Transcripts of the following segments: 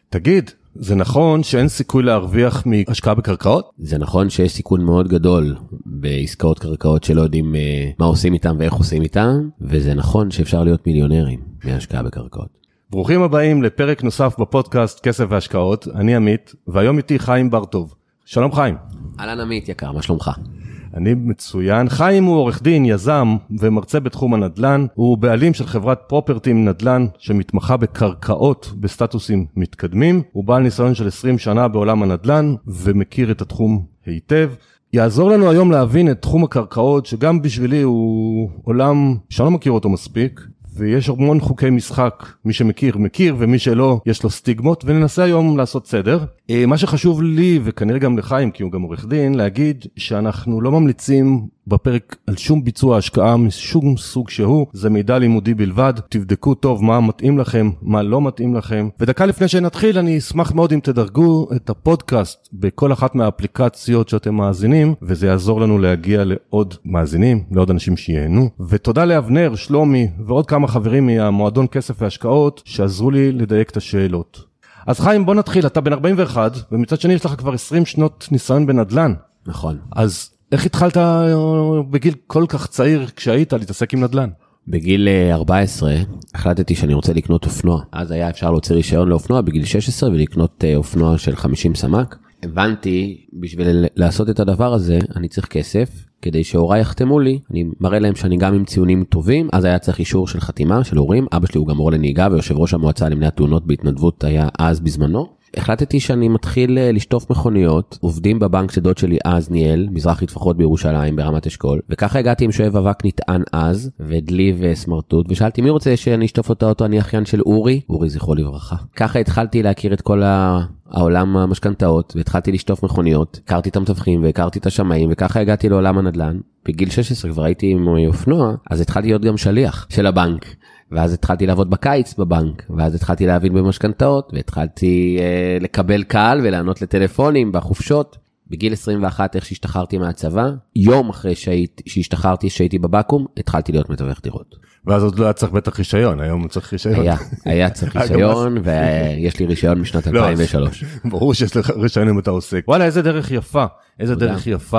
תגיד, זה נכון שאין סיכוי להרוויח מהשקעה בקרקעות? זה נכון שיש סיכון מאוד גדול בעסקאות קרקעות שלא יודעים מה עושים איתם ואיך עושים איתם, וזה נכון שאפשר להיות מיליונרים מהשקעה בקרקעות. ברוכים הבאים לפרק נוסף בפודקאסט כסף והשקעות, אני עמית, והיום איתי חיים בר טוב. שלום חיים. אהלן עמית יקר, מה שלומך? אני מצוין. חיים הוא עורך דין, יזם ומרצה בתחום הנדל"ן. הוא בעלים של חברת פרופרטים נדל"ן שמתמחה בקרקעות בסטטוסים מתקדמים. הוא בעל ניסיון של 20 שנה בעולם הנדל"ן ומכיר את התחום היטב. יעזור לנו היום להבין את תחום הקרקעות, שגם בשבילי הוא עולם שאני לא מכיר אותו מספיק. ויש המון חוקי משחק, מי שמכיר מכיר ומי שלא יש לו סטיגמות, וננסה היום לעשות סדר. מה שחשוב לי וכנראה גם לחיים, כי הוא גם עורך דין, להגיד שאנחנו לא ממליצים בפרק על שום ביצוע השקעה משום סוג שהוא, זה מידע לימודי בלבד, תבדקו טוב מה מתאים לכם, מה לא מתאים לכם. ודקה לפני שנתחיל, אני אשמח מאוד אם תדרגו את הפודקאסט בכל אחת מהאפליקציות שאתם מאזינים, וזה יעזור לנו להגיע לעוד מאזינים, לעוד אנשים שיהנו. ותודה לאבנר, שלומי ועוד כמה חברים מהמועדון כסף והשקעות שעזרו לי לדייק את השאלות. אז חיים, בוא נתחיל, אתה בן 41, ומצד שני יש לך כבר 20 שנות ניסיון בנדל"ן. נכון. אז איך התחלת בגיל כל כך צעיר כשהיית להתעסק עם נדל"ן? בגיל 14 החלטתי שאני רוצה לקנות אופנוע. אז היה אפשר להוציא רישיון לאופנוע בגיל 16 ולקנות אופנוע של 50 סמ"ק. הבנתי, בשביל לעשות את הדבר הזה, אני צריך כסף, כדי שהוריי יחתמו לי, אני מראה להם שאני גם עם ציונים טובים, אז היה צריך אישור של חתימה, של הורים, אבא שלי הוא גם מורה לנהיגה, ויושב ראש המועצה למניעת תאונות בהתנדבות היה אז בזמנו. החלטתי שאני מתחיל לשטוף מכוניות, עובדים בבנק שדוד שלי אז ניהל, מזרחי טפחות בירושלים ברמת אשכול, וככה הגעתי עם שואב אבק נטען אז, ודלי וסמרטוט, ושאלתי מי רוצה שאני אשטוף אותו, אני אחיין של אורי זכרו לברכה. ככה התחלתי להכיר את כל העולם המשכנתאות, והתחלתי לשטוף מכוניות, הכרתי את המתווכים והכרתי את השמאים, וככה הגעתי לעולם הנדל"ן. בגיל 16 כבר הייתי עם אופנוע, אז התחלתי להיות גם שליח של הבנק. ואז התחלתי לעבוד בקיץ בבנק, ואז התחלתי להבין במשכנתאות, והתחלתי לקבל קהל ולענות לטלפונים בחופשות. בגיל 21, איך שהשתחררתי מהצבא, יום אחרי שהשתחררתי, שהייתי בבקום, התחלתי להיות מתווך דירות. ואז עוד לא היה צריך בטח רישיון, היום צריך רישיון. היה צריך רישיון, ויש לי רישיון משנת 2003. ברור שיש לך רישיון אם אתה עוסק. וואלה, איזה דרך יפה, איזה דרך יפה.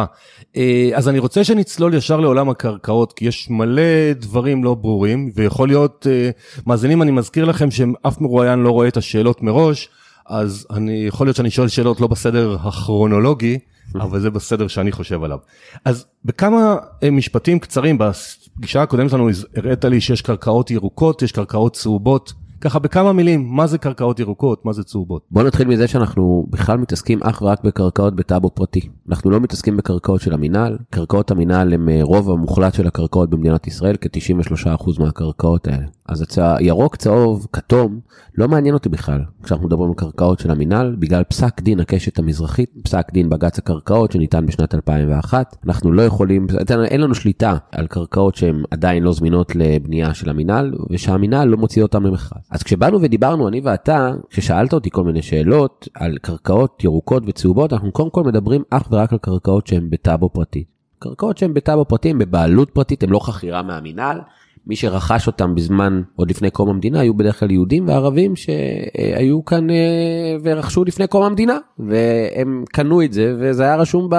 אז אני רוצה שנצלול ישר לעולם הקרקעות, כי יש מלא דברים לא ברורים, ויכול להיות, מאזינים, אני מזכיר לכם שאף מרואיין לא רואה את השאלות מראש, אז יכול להיות שאני שואל שאלות לא בסדר הכרונולוגי, אבל זה בסדר שאני חושב עליו. אז בכמה משפטים קצרים, בפגישה הקודמת שלנו הראית לי שיש קרקעות ירוקות, יש קרקעות צהובות, ככה בכמה מילים, מה זה קרקעות ירוקות, מה זה צהובות? בוא נתחיל מזה שאנחנו בכלל מתעסקים אך ורק בקרקעות בטאבו פרטי. אנחנו לא מתעסקים בקרקעות של המינהל, קרקעות המינהל הם רוב המוחלט של הקרקעות במדינת ישראל, כ-93% מהקרקעות האלה. אז ירוק, צהוב, כתום, לא מעניין אותי בכלל, כשאנחנו מדברים על קרקעות של המינהל, בגלל פסק דין הקשת המזרחית, פסק דין בג"ץ הקרקעות שניתן בשנת 2001, אנחנו לא יכולים, אין לנו שליטה על קרקעות שהן עדיין לא זמינות לבנייה של המינהל, ושהמינהל לא מוציא אותם למכרז. אז כשבאנו ודיברנו, אני ואתה, כששאלת אותי כל מיני שאלות על קרקעות ירוקות וצהובות, אנחנו קודם כל מדברים אך ורק על קרקעות שהן בטאבו פרטי. קרקעות שהן בטאבו פרטי, הן בבעלות פרטית, הן לא חכירה מהמינהל. מי שרכש אותם בזמן, עוד לפני קום המדינה, היו בדרך כלל יהודים וערבים שהיו כאן ורכשו לפני קום המדינה, והם קנו את זה, וזה היה רשום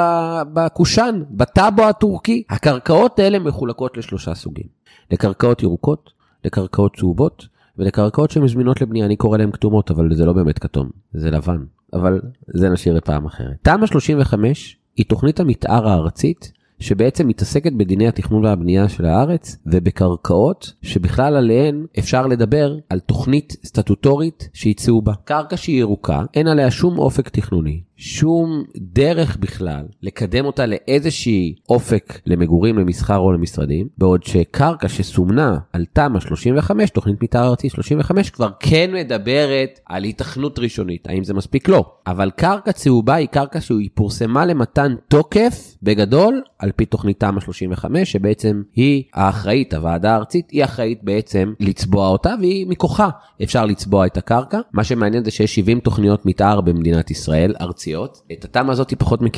בקושן, בטאבו הטורקי. הקרקעות האלה מחולקות לשלושה סוגים. לקרקעות ירוקות, לקרקעות צהובות, ולקרקעות שמזמינות לבנייה, אני קורא להם כתומות, אבל זה לא באמת כתום, זה לבן. אבל זה נשאיר לפעם אחרת. תמ"א 35 היא תוכנית המתאר הארצית, שבעצם מתעסקת בדיני התכנון והבנייה של הארץ, ובקרקעות שבכלל עליהן אפשר לדבר על תוכנית סטטוטורית שיצאו בה. קרקע שהיא ירוקה, אין עליה שום אופק תכנוני, שום דרך בכלל לקדם אותה לאיזושהי אופק למגורים, למסחר או למשרדים, בעוד שקרקע שסומנה על תמ"א 35, תוכנית מתאר ארצית 35, כבר כן מדברת על התכנות ראשונית. האם זה מספיק? לא. אבל קרקע צהובה היא קרקע שהיא פורסמה למתן תוקף בגדול על פי תוכנית תמ"א 35, שבעצם היא האחראית, הוועדה הארצית, היא האחראית בעצם לצבוע אותה, והיא מכוחה אפשר לצבוע את הקרקע. מה שמעניין זה שיש 70 תוכניות מתאר במדינת ישראל, ארציות. את התמ"א הזאת פחות מכירים.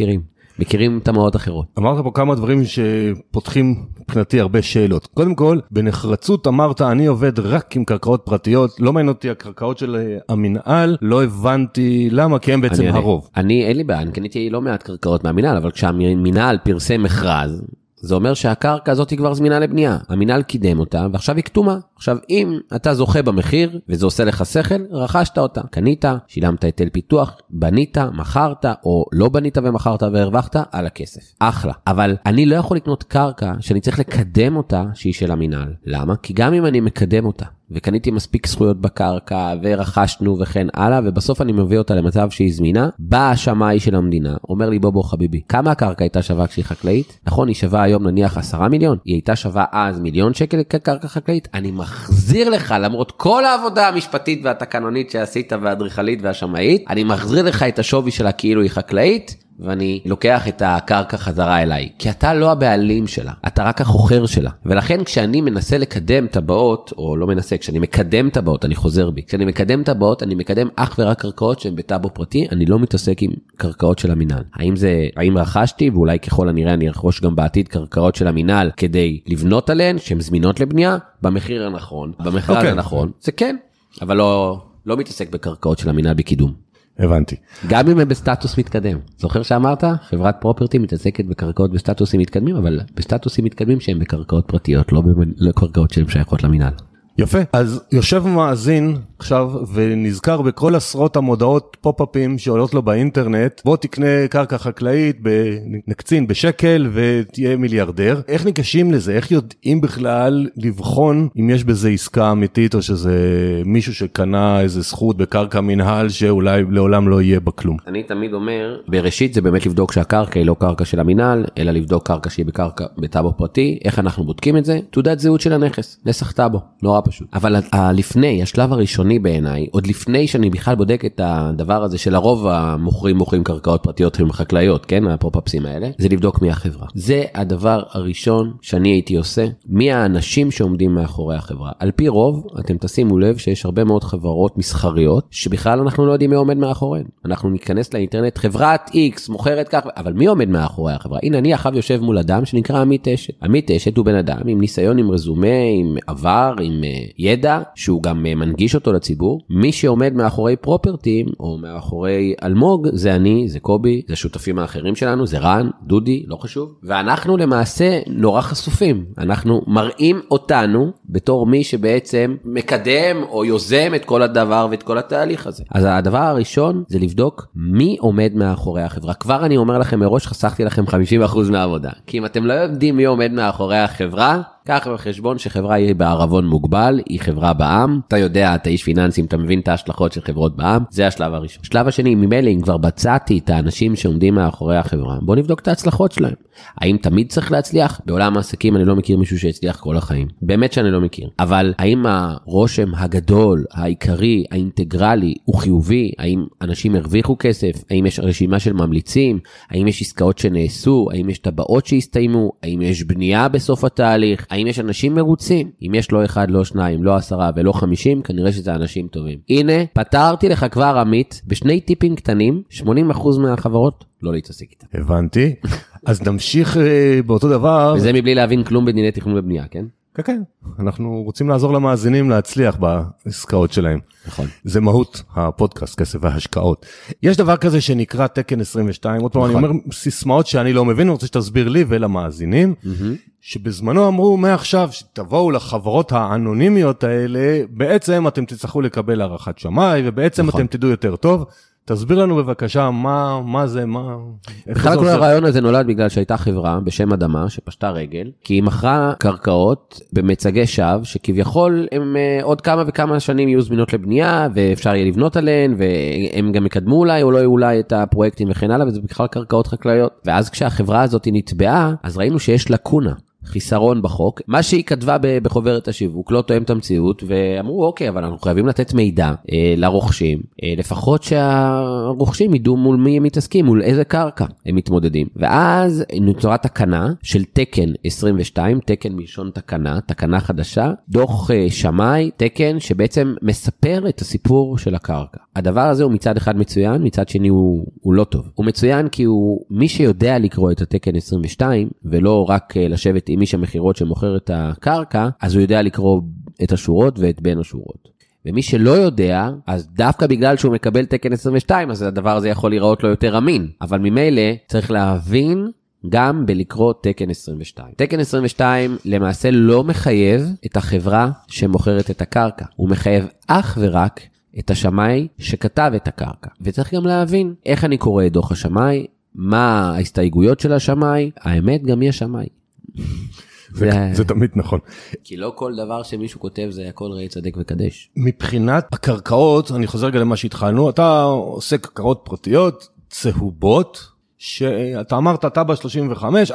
מכירים תמורות אחרות. אמרת פה כמה דברים שפותחים מבחינתי הרבה שאלות. קודם כל, בנחרצות אמרת, אני עובד רק עם קרקעות פרטיות, לא מעניין אותי הקרקעות של המנהל, לא הבנתי למה, כי הם בעצם הרוב. אין לי בעיה, אני קניתי לא מעט קרקעות מהמנהל, אבל כשהמנהל פרסם מכרז, זה אומר שהקרקע הזאת היא כבר זמינה לבנייה. המנהל קידם אותה, ועכשיו היא כתומה. עכשיו, אם אתה זוכה במחיר, וזה עושה לך שכל, רכשת אותה. קנית, שילמת היטל פיתוח, בנית, מכרת, או לא בנית ומכרת והרווחת, על הכסף. אחלה. אבל אני לא יכול לקנות קרקע, שאני צריך לקדם אותה, שהיא של המנהל. למה? כי גם אם אני מקדם אותה, וקניתי מספיק זכויות בקרקע, ורכשנו וכן הלאה, ובסוף אני מביא אותה למצב שהיא זמינה, בא השמאי של המדינה, אומר לי בוא חביבי, כמה הקרקע הייתה שווה כשהיא חקלאית? נכון, היא שווה היום נניח 10 מיליון, היא הייתה שווה אז 1,000,000 שקל כקרקע חקלאית, אני מחזיר לך, למרות כל העבודה המשפטית והתקנונית שעשית והאדריכלית והשמאית, אני מחזיר לך את השווי שלה כאילו היא חקלאית, ואני לוקח את הקרקע חזרה אליי, כי אתה לא הבעלים שלה, אתה רק החוכר שלה. ולכן כשאני מנסה לקדם טבעות, או לא מנסה, כשאני מקדם טבעות, אני חוזר בי. כשאני מקדם טבעות, אני מקדם אך ורק קרקעות שהן בטאבו פרטי, אני לא מתעסק עם קרקעות של המינהל. האם רכשתי, ואולי ככל הנראה אני ארכוש גם בעתיד קרקעות של המינהל, כדי לבנות עליהן, שהן זמינות לבנייה, במחיר הנכון, במכרז הנכון. זה כן, אבל לא מתעסק בקרקעות של המינהל בקידום. הבנתי. גם אם הם בסטטוס מתקדם. זוכר שאמרת? חברת פרופרטי מתעסקת בקרקעות בסטטוסים מתקדמים, אבל בסטטוסים מתקדמים שהם בקרקעות פרטיות, לא בקרקעות שהן שייכות למינהל. יפה. אז יושב מאזין עכשיו ונזכר בכל עשרות המודעות פופ-אפים שעולות לו באינטרנט, בוא תקנה קרקע חקלאית, נקצין בשקל ותהיה מיליארדר. איך ניגשים לזה? איך יודעים בכלל לבחון אם יש בזה עסקה אמיתית או שזה מישהו שקנה איזה זכות בקרקע מנהל שאולי לעולם לא יהיה בה כלום? אני תמיד אומר, בראשית זה באמת לבדוק שהקרקע היא לא קרקע של המנהל, אלא לבדוק קרקע שהיא בטאבו פרטי. איך אנחנו בודקים את זה? תעודת זהות של הנכס, נסח טאבו, נורא פשוט. אבל לפני, השלב הראשוני בעיניי, עוד לפני שאני בכלל בודק את הדבר הזה של הרוב מוכרים קרקעות פרטיות עם חקלאיות, כן, הפופ-אפסים האלה, זה לבדוק מי החברה. זה הדבר הראשון שאני הייתי עושה, מי האנשים שעומדים מאחורי החברה. על פי רוב, אתם תשימו לב שיש הרבה מאוד חברות מסחריות, שבכלל אנחנו לא יודעים מי עומד מאחוריהן. אנחנו ניכנס לאינטרנט, חברת X מוכרת כך, אבל מי עומד מאחורי החברה? הנה, אני עכשיו יושב מול אדם שנקרא עמית אשת. עמית אשת הוא בן אדם עם ניסיון, עם רזומה, עם עבר, עם ידע, שהוא גם מנגיש אותו לציבור. מי שעומד מאחורי פרופרטים, או מאחורי אלמוג, זה אני, זה קובי, זה השותפים האחרים שלנו, זה רן, דודי, לא חשוב. ואנחנו למעשה נורא חשופים. אנחנו מראים אותנו בתור מי שבעצם מקדם או יוזם את כל הדבר ואת כל התהליך הזה. אז הדבר הראשון זה לבדוק מי עומד מאחורי החברה. כבר אני אומר לכם מראש, חסכתי לכם 50% מהעבודה. כי אם אתם לא יודעים מי עומד מאחורי החברה, קח בחשבון שחברה היא בערבון מוגבל, היא חברה בעם, אתה יודע, אתה איש פיננסים, אתה מבין את ההשלכות של חברות בעם, זה השלב הראשון. שלב השני, ממילא, אם כבר בצעתי את האנשים שעומדים מאחורי החברה, בוא נבדוק את ההצלחות שלהם. האם תמיד צריך להצליח? בעולם העסקים אני לא מכיר מישהו שהצליח כל החיים. באמת שאני לא מכיר. אבל האם הרושם הגדול, העיקרי, האינטגרלי, הוא חיובי? האם אנשים הרוויחו כסף? האם יש רשימה של ממליצים? האם יש עסקאות שנעשו? האם יש טבעות שהסתיימו? האם יש בנייה בסוף התהליך? האם יש אנשים מרוצים? אם יש לא 1, לא 2, לא 10 ולא 50, כנראה שזה אנשים טובים. הנה, פתרתי לך כבר עמית, בשני טיפים קטנים, 80% מהחברות לא להתעסק איתם. הבנתי. אז נמשיך באותו דבר. וזה מבלי להבין כלום בדיני תכנון ובנייה, כן? כן, כן. אנחנו רוצים לעזור למאזינים להצליח בעסקאות שלהם. נכון. זה מהות הפודקאסט, כסף והשקעות. יש דבר כזה שנקרא תקן 22. עוד פעם, אני אומר סיסמאות שאני לא מבין, אני רוצה שתסביר לי ולמאזינים, שבזמנו אמרו מעכשיו שתבואו לחברות האנונימיות האלה, בעצם אתם תצטרכו לקבל הערכת שמאי, ובעצם אתם תדעו יותר טוב. תסביר לנו בבקשה מה זה, מה... בכלל כל הרעיון הזה נולד בגלל שהייתה חברה בשם אדמה שפשטה רגל, כי היא מכרה קרקעות במצגי שווא, שכביכול הם עוד כמה וכמה שנים יהיו זמינות לבנייה, ואפשר יהיה לבנות עליהן, והם גם יקדמו אולי או לא אולי את הפרויקטים וכן הלאה, וזה בכלל קרקעות חקלאיות. ואז כשהחברה הזאת נתבעה, אז ראינו שיש לקונה. חיסרון בחוק, מה שהיא כתבה בחוברת השיווק לא תואם את המציאות, ואמרו אוקיי, אבל אנחנו חייבים לתת מידע לרוכשים, לפחות שהרוכשים ידעו מול מי הם מתעסקים, מול איזה קרקע הם מתמודדים, ואז נוצרה תקנה של תקן 22, תקן מלשון תקנה, תקנה חדשה, דוח שמאי, תקן שבעצם מספר את הסיפור של הקרקע. הדבר הזה הוא מצד אחד מצוין, מצד שני הוא לא טוב. הוא מצוין כי מי שיודע לקרוא את התקן 22, ולא רק לשבת עם איש המחירות שמוכר את הקרקע, אז הוא יודע לקרוא את השורות ואת בין השורות. ומי שלא יודע, אז דווקא בגלל שהוא מקבל תקן 22, אז הדבר הזה יכול לראות לו יותר אמין. אבל ממילא צריך להבין גם בלקרוא תקן 22. תקן 22 למעשה לא מחייב את החברה שמוכרת את הקרקע. הוא מחייב אך ורק את השמאי שכתב את הקרקע. וצריך גם להבין איך אני קורא את דוח השמאי, מה ההסתייגויות של השמאי, האמת גם יש שמאי. זה תמיד נכון. כי לא כל דבר שמישהו כותב זה הכל ראי צדק וקדש. מבחינת הקרקעות, אני חוזר רגע למה שהתחלנו, אתה עושה קרקעות פרטיות, צהובות, שאתה אמרת תב"ע 35,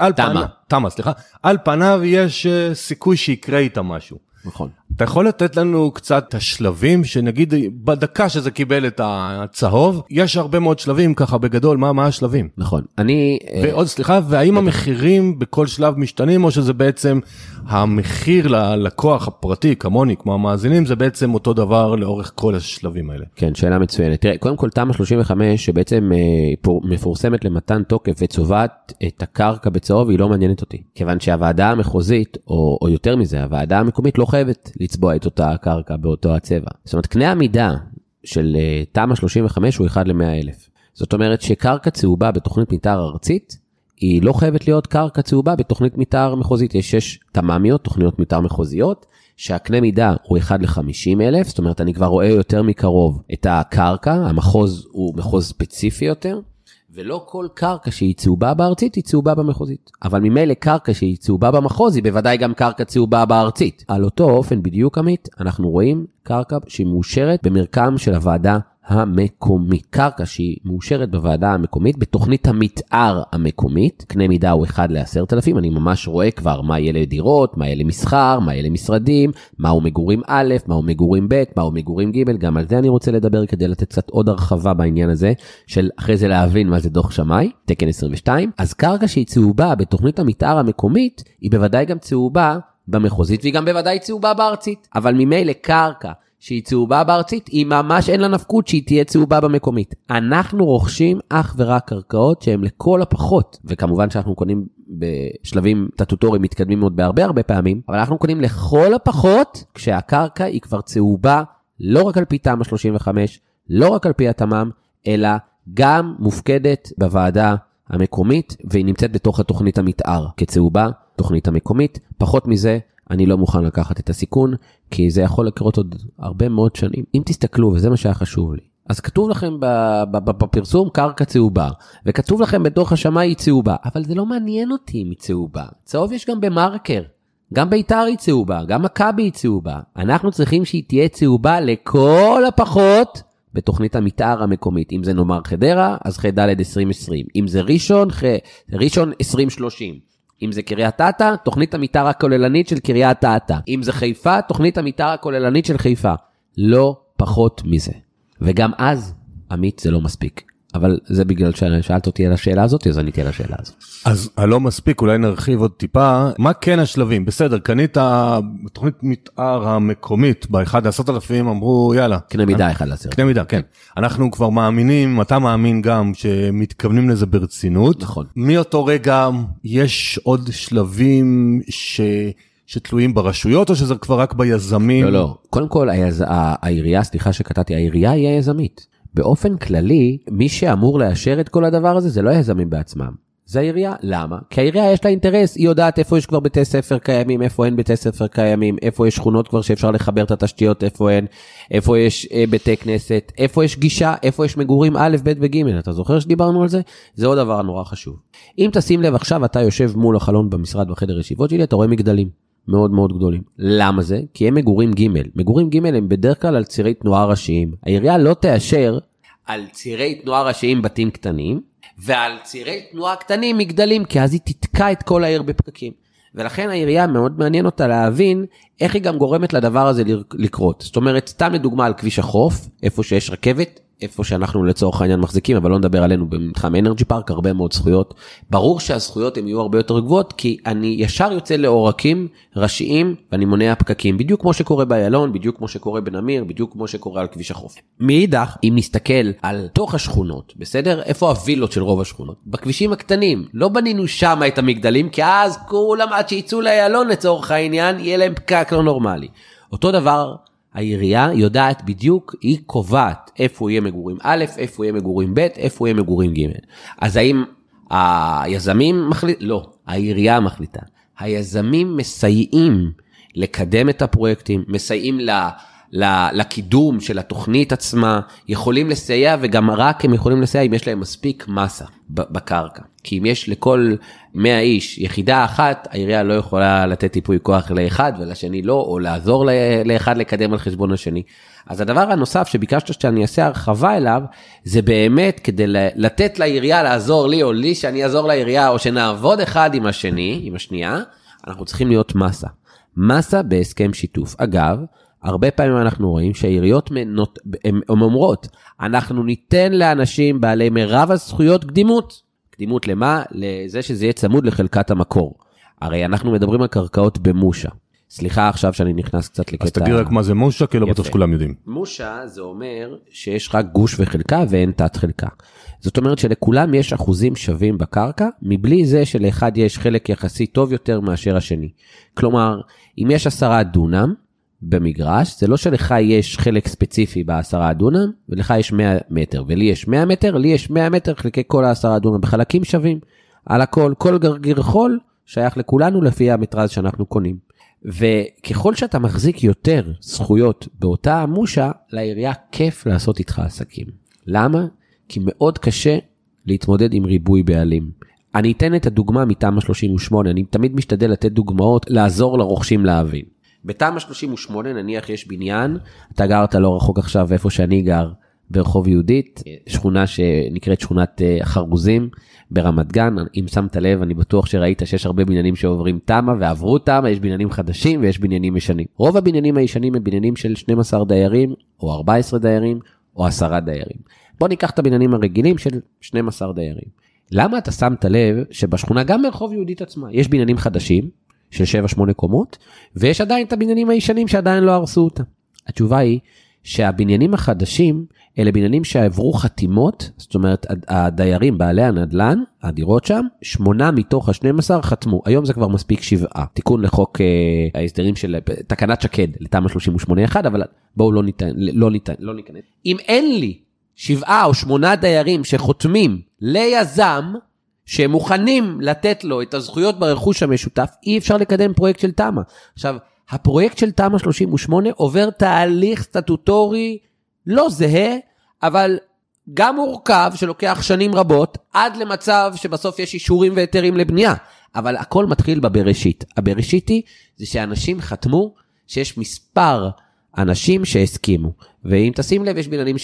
על פניו יש סיכוי שיקרה איתה משהו. נכון. אתה יכול לתת לנו קצת השלבים, שנגיד בדקה שזה קיבל את הצהוב, יש הרבה מאוד שלבים ככה בגדול, מה השלבים? נכון. ועוד סליחה, והאם המחירים בכל שלב משתנים, או שזה בעצם המחיר ללקוח הפרטי, כמוני, כמו המאזינים, זה בעצם אותו דבר לאורך כל השלבים האלה? כן, שאלה מצוינת. תראה, קודם כל תמ"א 35, שבעצם מפורסמת למתן תוקף וצובעת את הקרקע בצהוב, היא לא מעניינת אותי. כיוון שהוועדה המחוזית, או יותר מזה, הוועדה המקומית לא חייבת לצבוע את אותה הקרקע באותו הצבע. זאת אומרת, קנה המידה של תמ"א 35 הוא 1 ל-100,000. זאת אומרת שקרקע צהובה בתוכנית מתאר ארצית, היא לא חייבת להיות קרקע צהובה בתוכנית מתאר מחוזית. יש 6 תמ"מיות, תוכניות מתאר מחוזיות, שהקנה מידה הוא 1 ל-50,000, זאת אומרת, אני כבר רואה יותר מקרוב את הקרקע, המחוז הוא מחוז ספציפי יותר, ולא כל קרקע שהיא צהובה בארצית היא צהובה במחוזית. אבל ממילא קרקע שהיא צהובה במחוז היא בוודאי גם קרקע צהובה בארצית. על אותו אופן בדיוק עמית, אנחנו רואים קרקע שהיא מאושרת במרקם של הוועדה המקומית. קרקע שהיא מאושרת בוועדה המקומית, בתוכנית המתאר המקומית, קנה מידה הוא 1 ל-10,000, אני ממש רואה כבר מה יהיה לדירות, מה יהיה למסחר, מה יהיה למשרדים, מהו מגורים א', מהו מגורים ב', מהו מגורים ג', גם על זה אני רוצה לדבר כדי לתת קצת עוד הרחבה בעניין הזה, של אחרי זה להבין מה זה דוח שמאי, תקן 22, אז קרקע שהיא צהובה בתוכנית המתאר המקומית, היא בוודאי גם צהובה במחוזית, והיא גם בוודאי צהובה בארצית, אבל ממילא קרקע שהיא צהובה בארצית, היא ממש אין לה נפקות שהיא תהיה צהובה במקומית. אנחנו רוכשים אך ורק קרקעות שהן לכל הפחות, וכמובן שאנחנו קונים בשלבים סטטוטוריים מתקדמים מאוד בהרבה פעמים, אבל אנחנו קונים לכל הפחות כשהקרקע היא כבר צהובה, לא רק על פי תמ"א 35, לא רק על פי התמ"מ, אלא גם מופקדת בוועדה המקומית, והיא נמצאת בתוך התוכנית המתאר כצהובה, תוכנית המקומית. פחות מזה, אני לא מוכן לקחת את הסיכון, כי זה יכול לקרות עוד הרבה מאוד שנים. אם תסתכלו, וזה מה שהיה חשוב לי, אז כתוב לכם בפרסום קרקע צהובה, וכתוב לכם בדוח השמאי צהובה, אבל זה לא מעניין אותי מצהובה. צהוב יש גם במרקר, גם ביתר היא צהובה, גם מכבי היא צהובה. אנחנו צריכים שהיא תהיה צהובה לכל הפחות בתוכנית המתאר המקומית. אם זה נאמר חדרה, אז חד"ד 2020. אם זה ראשון 2030. אם זה קריית אתא, תוכנית המתאר הכוללנית של קריית אתא. אם זה חיפה, תוכנית המתאר הכוללנית של חיפה. לא פחות מזה. וגם אז, עמית, זה לא מספיק. אבל זה בגלל ששאלת אותי על השאלה הזאת, אז עניתי על השאלה הזאת. אז הלא מספיק, אולי נרחיב עוד טיפה. מה כן השלבים? בסדר, קנית בתוכנית מתאר המקומית, ב-1,10,000 אמרו, יאללה. קנה מידה 1/10,000. קנה מידה, כן. אנחנו כבר מאמינים, אתה מאמין גם, שמתכוונים לזה ברצינות. נכון. מאותו רגע, יש עוד שלבים שתלויים ברשויות, או שזה כבר רק ביזמים? לא. קודם כל, העירייה, סליחה שקטעתי, העירייה היא היזמית. באופן כללי, מי שאמור לאשר את כל הדבר הזה, זה לא היזמים בעצמם. זה העירייה. למה? כי העירייה יש לה אינטרס, היא יודעת איפה יש כבר בתי ספר קיימים, איפה אין בתי ספר קיימים, איפה יש שכונות כבר שאפשר לחבר את התשתיות, איפה אין, איפה יש בתי כנסת, איפה יש גישה, איפה יש מגורים א', ב' וג'. אתה זוכר שדיברנו על זה? זה עוד דבר נורא חשוב. אם תשים לב עכשיו, אתה יושב מול החלון במשרד בחדר ישיבות שלי, אתה רואה מגדלים מאוד מאוד גדולים. למה זה? כי הם מגורים ג'. מגורים ג' הם בדרך כלל על צירי תנועה ראשיים. העירייה לא תאשר על צירי תנועה ראשיים בתים קטנים, ועל צירי תנועה קטנים מגדלים, כי אז היא תתקע את כל העיר בפקקים. ולכן העירייה מאוד מעניין אותה להבין איך היא גם גורמת לדבר הזה לקרות. זאת אומרת, סתם לדוגמה על כביש החוף, איפה שיש רכבת, איפה שאנחנו לצורך העניין מחזיקים, אבל לא נדבר עלינו במתחם אנרג'י פארק, הרבה מאוד זכויות. ברור שהזכויות הן יהיו הרבה יותר גבוהות, כי אני ישר יוצא לעורקים ראשיים, ואני מונע פקקים, בדיוק כמו שקורה באיילון, בדיוק כמו שקורה בנמיר, בדיוק כמו שקורה על כביש החוף. מאידך, אם נסתכל על תוך השכונות, בסדר? איפה הווילות של רוב השכונות? בכבישים הקטנים, לא בנינו שם את המגדלים, כי אז כולם עד שיצאו לאיילון לצורך העניין, יהיה להם פקק לא נורמלי. אותו דבר, העירייה יודעת בדיוק, היא קובעת איפה יהיה מגורים א', איפה יהיה מגורים ב', איפה יהיה מגורים ג'. אז האם היזמים מחליטים? לא, העירייה מחליטה. היזמים מסייעים לקדם את הפרויקטים, מסייעים לקידום של התוכנית עצמה, יכולים לסייע וגם רק הם יכולים לסייע אם יש להם מספיק מסה בקרקע. כי אם יש לכל 100 איש יחידה אחת, העירייה לא יכולה לתת טיפוי כוח לאחד ולשני לא, או לעזור לאחד לקדם על חשבון השני. אז הדבר הנוסף שביקשת שאני אעשה הרחבה אליו, זה באמת כדי לתת לעירייה לעזור לי, או לי שאני אעזור לעירייה, או שנעבוד אחד עם השני, עם השנייה, אנחנו צריכים להיות מסה. מסה בהסכם שיתוף. אגב, הרבה פעמים אנחנו רואים שהעיריות אומרות, אנחנו ניתן לאנשים בעלי מרב הזכויות קדימות. קדימות למה? לזה שזה יהיה צמוד לחלקת המקור. הרי אנחנו מדברים על קרקעות במושה. סליחה עכשיו שאני נכנס קצת לקטע. אז תגיד רק מה זה מושה, כי לא בטוח שכולם יודעים. מושה זה אומר שיש רק גוש וחלקה ואין תת חלקה. זאת אומרת שלכולם יש אחוזים שווים בקרקע, מבלי זה שלאחד יש חלק יחסי טוב יותר מאשר השני. כלומר, אם יש 10 דונם, במגרש, זה לא שלך יש חלק ספציפי ב10 דונם, ולך יש 100 מטר, ולי יש 100 מטר, לי יש 100 מטר, חלקי כל 10 דונם, בחלקים שווים, על הכל, כל גרגיר חול, שייך לכולנו לפי המטרז שאנחנו קונים. וככל שאתה מחזיק יותר זכויות באותה המושה, לעירייה כיף לעשות איתך עסקים. למה? כי מאוד קשה להתמודד עם ריבוי בעלים. אני אתן את הדוגמה מתמ"א 38, אני תמיד משתדל לתת דוגמאות, לעזור לרוכשים להבין. בתמ"א 38 נניח יש בניין, אתה גרת לא רחוק עכשיו איפה שאני גר, ברחוב יהודית, שכונה שנקראת שכונת החרוזים ברמת גן. אם שמת לב, אני בטוח שראית שיש הרבה בניינים שעוברים תמ"א ועברו תמ"א, יש בניינים חדשים ויש בניינים ישנים. רוב הבניינים הישנים הם בניינים של 12 דיירים, או 14 דיירים, או 10 דיירים. בוא ניקח את הבניינים הרגילים של 12 דיירים. למה אתה שמת לב שבשכונה, גם ברחוב יהודית עצמה, יש בניינים חדשים, של 7-8 קומות, ויש עדיין את הבניינים הישנים שעדיין לא הרסו אותם. התשובה היא שהבניינים החדשים, אלה בניינים שעברו חתימות, זאת אומרת, הדיירים, בעלי הנדלן, הדירות שם, 8 מתוך ה-12 חתמו. היום זה כבר מספיק 7. תיקון לחוק ההסדרים של תקנת שקד, לתמ"א 38-1, אבל בואו לא ניכנס. אם אין לי 7 או 8 דיירים שחותמים ליזם, שהם מוכנים לתת לו את הזכויות ברכוש המשותף, אי אפשר לקדם פרויקט של תמ"א. עכשיו, הפרויקט של תמ"א 38 עובר תהליך סטטוטורי לא זהה, אבל גם מורכב שלוקח שנים רבות, עד למצב שבסוף יש אישורים והיתרים לבנייה. אבל הכל מתחיל בבראשית. הבראשית היא זה שאנשים חתמו שיש מספר אנשים שהסכימו. ואם תשים לב, יש בניינים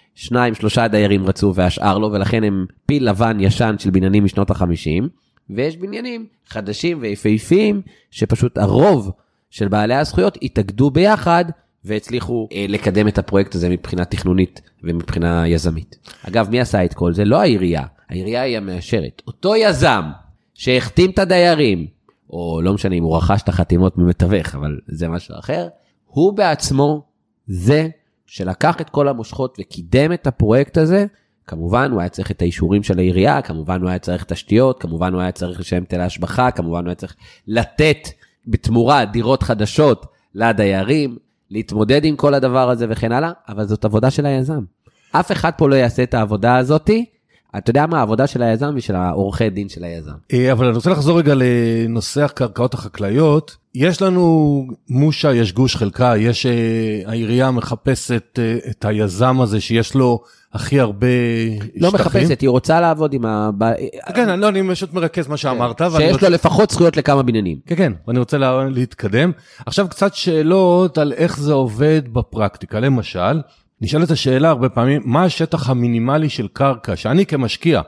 ש2-3 דיירים רצו והשאר לא, ולכן הם פיל לבן ישן של בניינים משנות ה-50, ויש בניינים חדשים ויפהפיים, שפשוט הרוב של בעלי הזכויות התאגדו ביחד, והצליחו לקדם את הפרויקט הזה מבחינה תכנונית ומבחינה יזמית. אגב, מי עשה את כל זה? לא העירייה. העירייה היא המאשרת. אותו יזם שהחתים את הדיירים, או לא משנה אם הוא רכש את החתימות ממתווך, אבל זה משהו אחר, הוא בעצמו זה שלקח את כל המושכות וקידם את הפרויקט הזה. כמובן הוא היה צריך את האישורים של העירייה, כמובן הוא היה צריך תשתיות, כמובן הוא היה צריך לשלם היטלי השבחה, כמובן הוא היה צריך לתת בתמורה דירות חדשות לדיירים, להתמודד עם כל הדבר הזה וכן הלאה, אבל זאת עבודה של היזם. אף אחד פה לא יעשה את העבודה הזאת, אתה יודע מה העבודה של היזם ושל העורכי דין של היזם. אבל אני רוצה לחזור רגע לנושא הקרקעות החקלאיות. יש לנו מושה, יש גוש חלקה, יש העירייה מחפשת את היזם הזה שיש לו הכי הרבה שטחים. לא מחפשת, היא רוצה לעבוד עם כן, אני פשוט מרכז מה שאמרת. שיש לו לפחות זכויות לכמה בניינים. כן, ואני רוצה להתקדם. עכשיו קצת שאלות על איך זה עובד בפרקטיקה. למשל, נשאלת השאלה הרבה פעמים, מה השטח המינימלי של קרקע, שאני כמשקיע,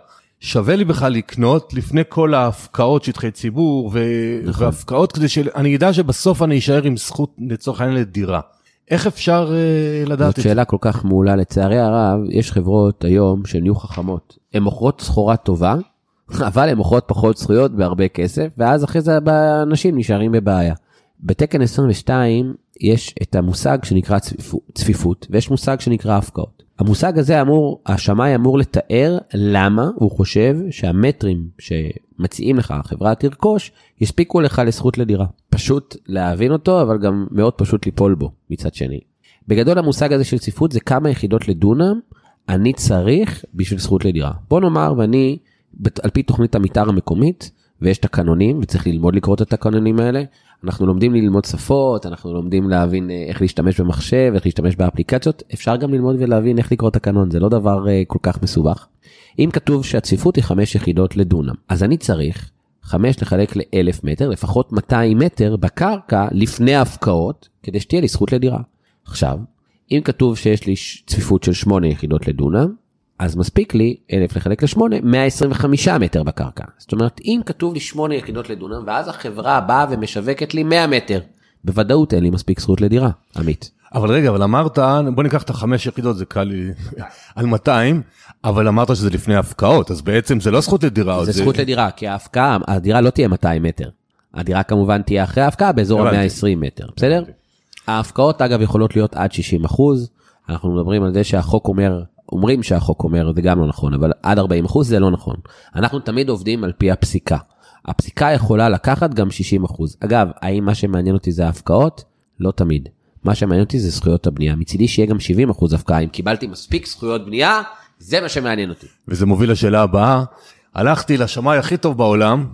שווה לי בכלל לקנות לפני כל ההפקעות שטחי ציבור, והפקעות כדי שאני אדע שבסוף אני אשאר עם זכות לצורך העניין לדירה. איך אפשר לדעת את זה? זאת שאלה כל כך מעולה. לצערי הרב, יש חברות היום שנהיו חכמות. הן מוכרות סחורה טובה, אבל הן מוכרות פחות זכויות בהרבה כסף, ואז אחרי זה אנשים נשארים בבעיה. בתקן 22 יש את המושג שנקרא צפיפות, ויש מושג שנקרא הפקעות. המושג הזה השמאי אמור לתאר למה הוא חושב שהמטרים שמציעים לך, החברה תרכוש, יספיקו לך לזכות לדירה. פשוט להבין אותו, אבל גם מאוד פשוט ליפול בו מצד שני. בגדול המושג הזה של צפיפות זה כמה יחידות לדונם אני צריך בשביל זכות לדירה. בוא נאמר, ואני, על פי תוכנית המתאר המקומית, ויש תקנונים, וצריך ללמוד לקרוא את התקנונים האלה, אנחנו לומדים ללמוד שפות, אנחנו לומדים להבין איך להשתמש במחשב, איך להשתמש באפליקציות, אפשר גם ללמוד ולהבין איך לקרוא תקנון, זה לא דבר כל כך מסובך. אם כתוב שהצפיפות היא 5 יחידות לדונם, אז אני צריך 5 לחלק ל-1,000 מטר, לפחות 200 מטר בקרקע לפני ההפקעות, כדי שתהיה לי זכות לדירה. עכשיו, אם כתוב שיש לי צפיפות של 8 יחידות לדונם, אז מספיק לי 1,000 לחלק ל-8, 125 מטר בקרקע. זאת אומרת, אם כתוב לי 8 יחידות לדונם, ואז החברה באה ומשווקת לי 100 מטר, בוודאות אין לי מספיק זכות לדירה, עמית. אבל רגע, אבל אמרת, בוא ניקח את 5 יחידות, זה קל לי על 200, אבל אמרת שזה לפני ההפקעות, אז בעצם זה לא זכות לדירה. זה זכות לדירה, כי ההפקעה, הדירה לא תהיה 200 מטר. הדירה כמובן תהיה אחרי ההפקעה באזור ה-120 מטר, בסדר? ההפקעות אגב יכולות להיות עד 60%, אנחנו מדברים על זה שהחוק אומרים שהחוק אומר, זה גם לא נכון, אבל עד 40% זה לא נכון. אנחנו תמיד עובדים על פי הפסיקה. הפסיקה יכולה לקחת גם 60%. אגב, האם מה שמעניין אותי זה ההפקעות? לא תמיד. מה שמעניין אותי זה זכויות הבנייה. מצידי שיהיה גם 70% הפקעה. אם קיבלתי מספיק זכויות בנייה, זה מה שמעניין אותי. וזה מוביל לשאלה הבאה. הלכתי לשמאי הכי טוב בעולם,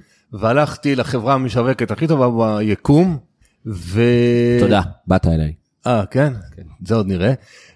והלכתי לחברה המשווקת הכי טובה ביקום, תודה, באת אליי. כן? זה עוד נראה.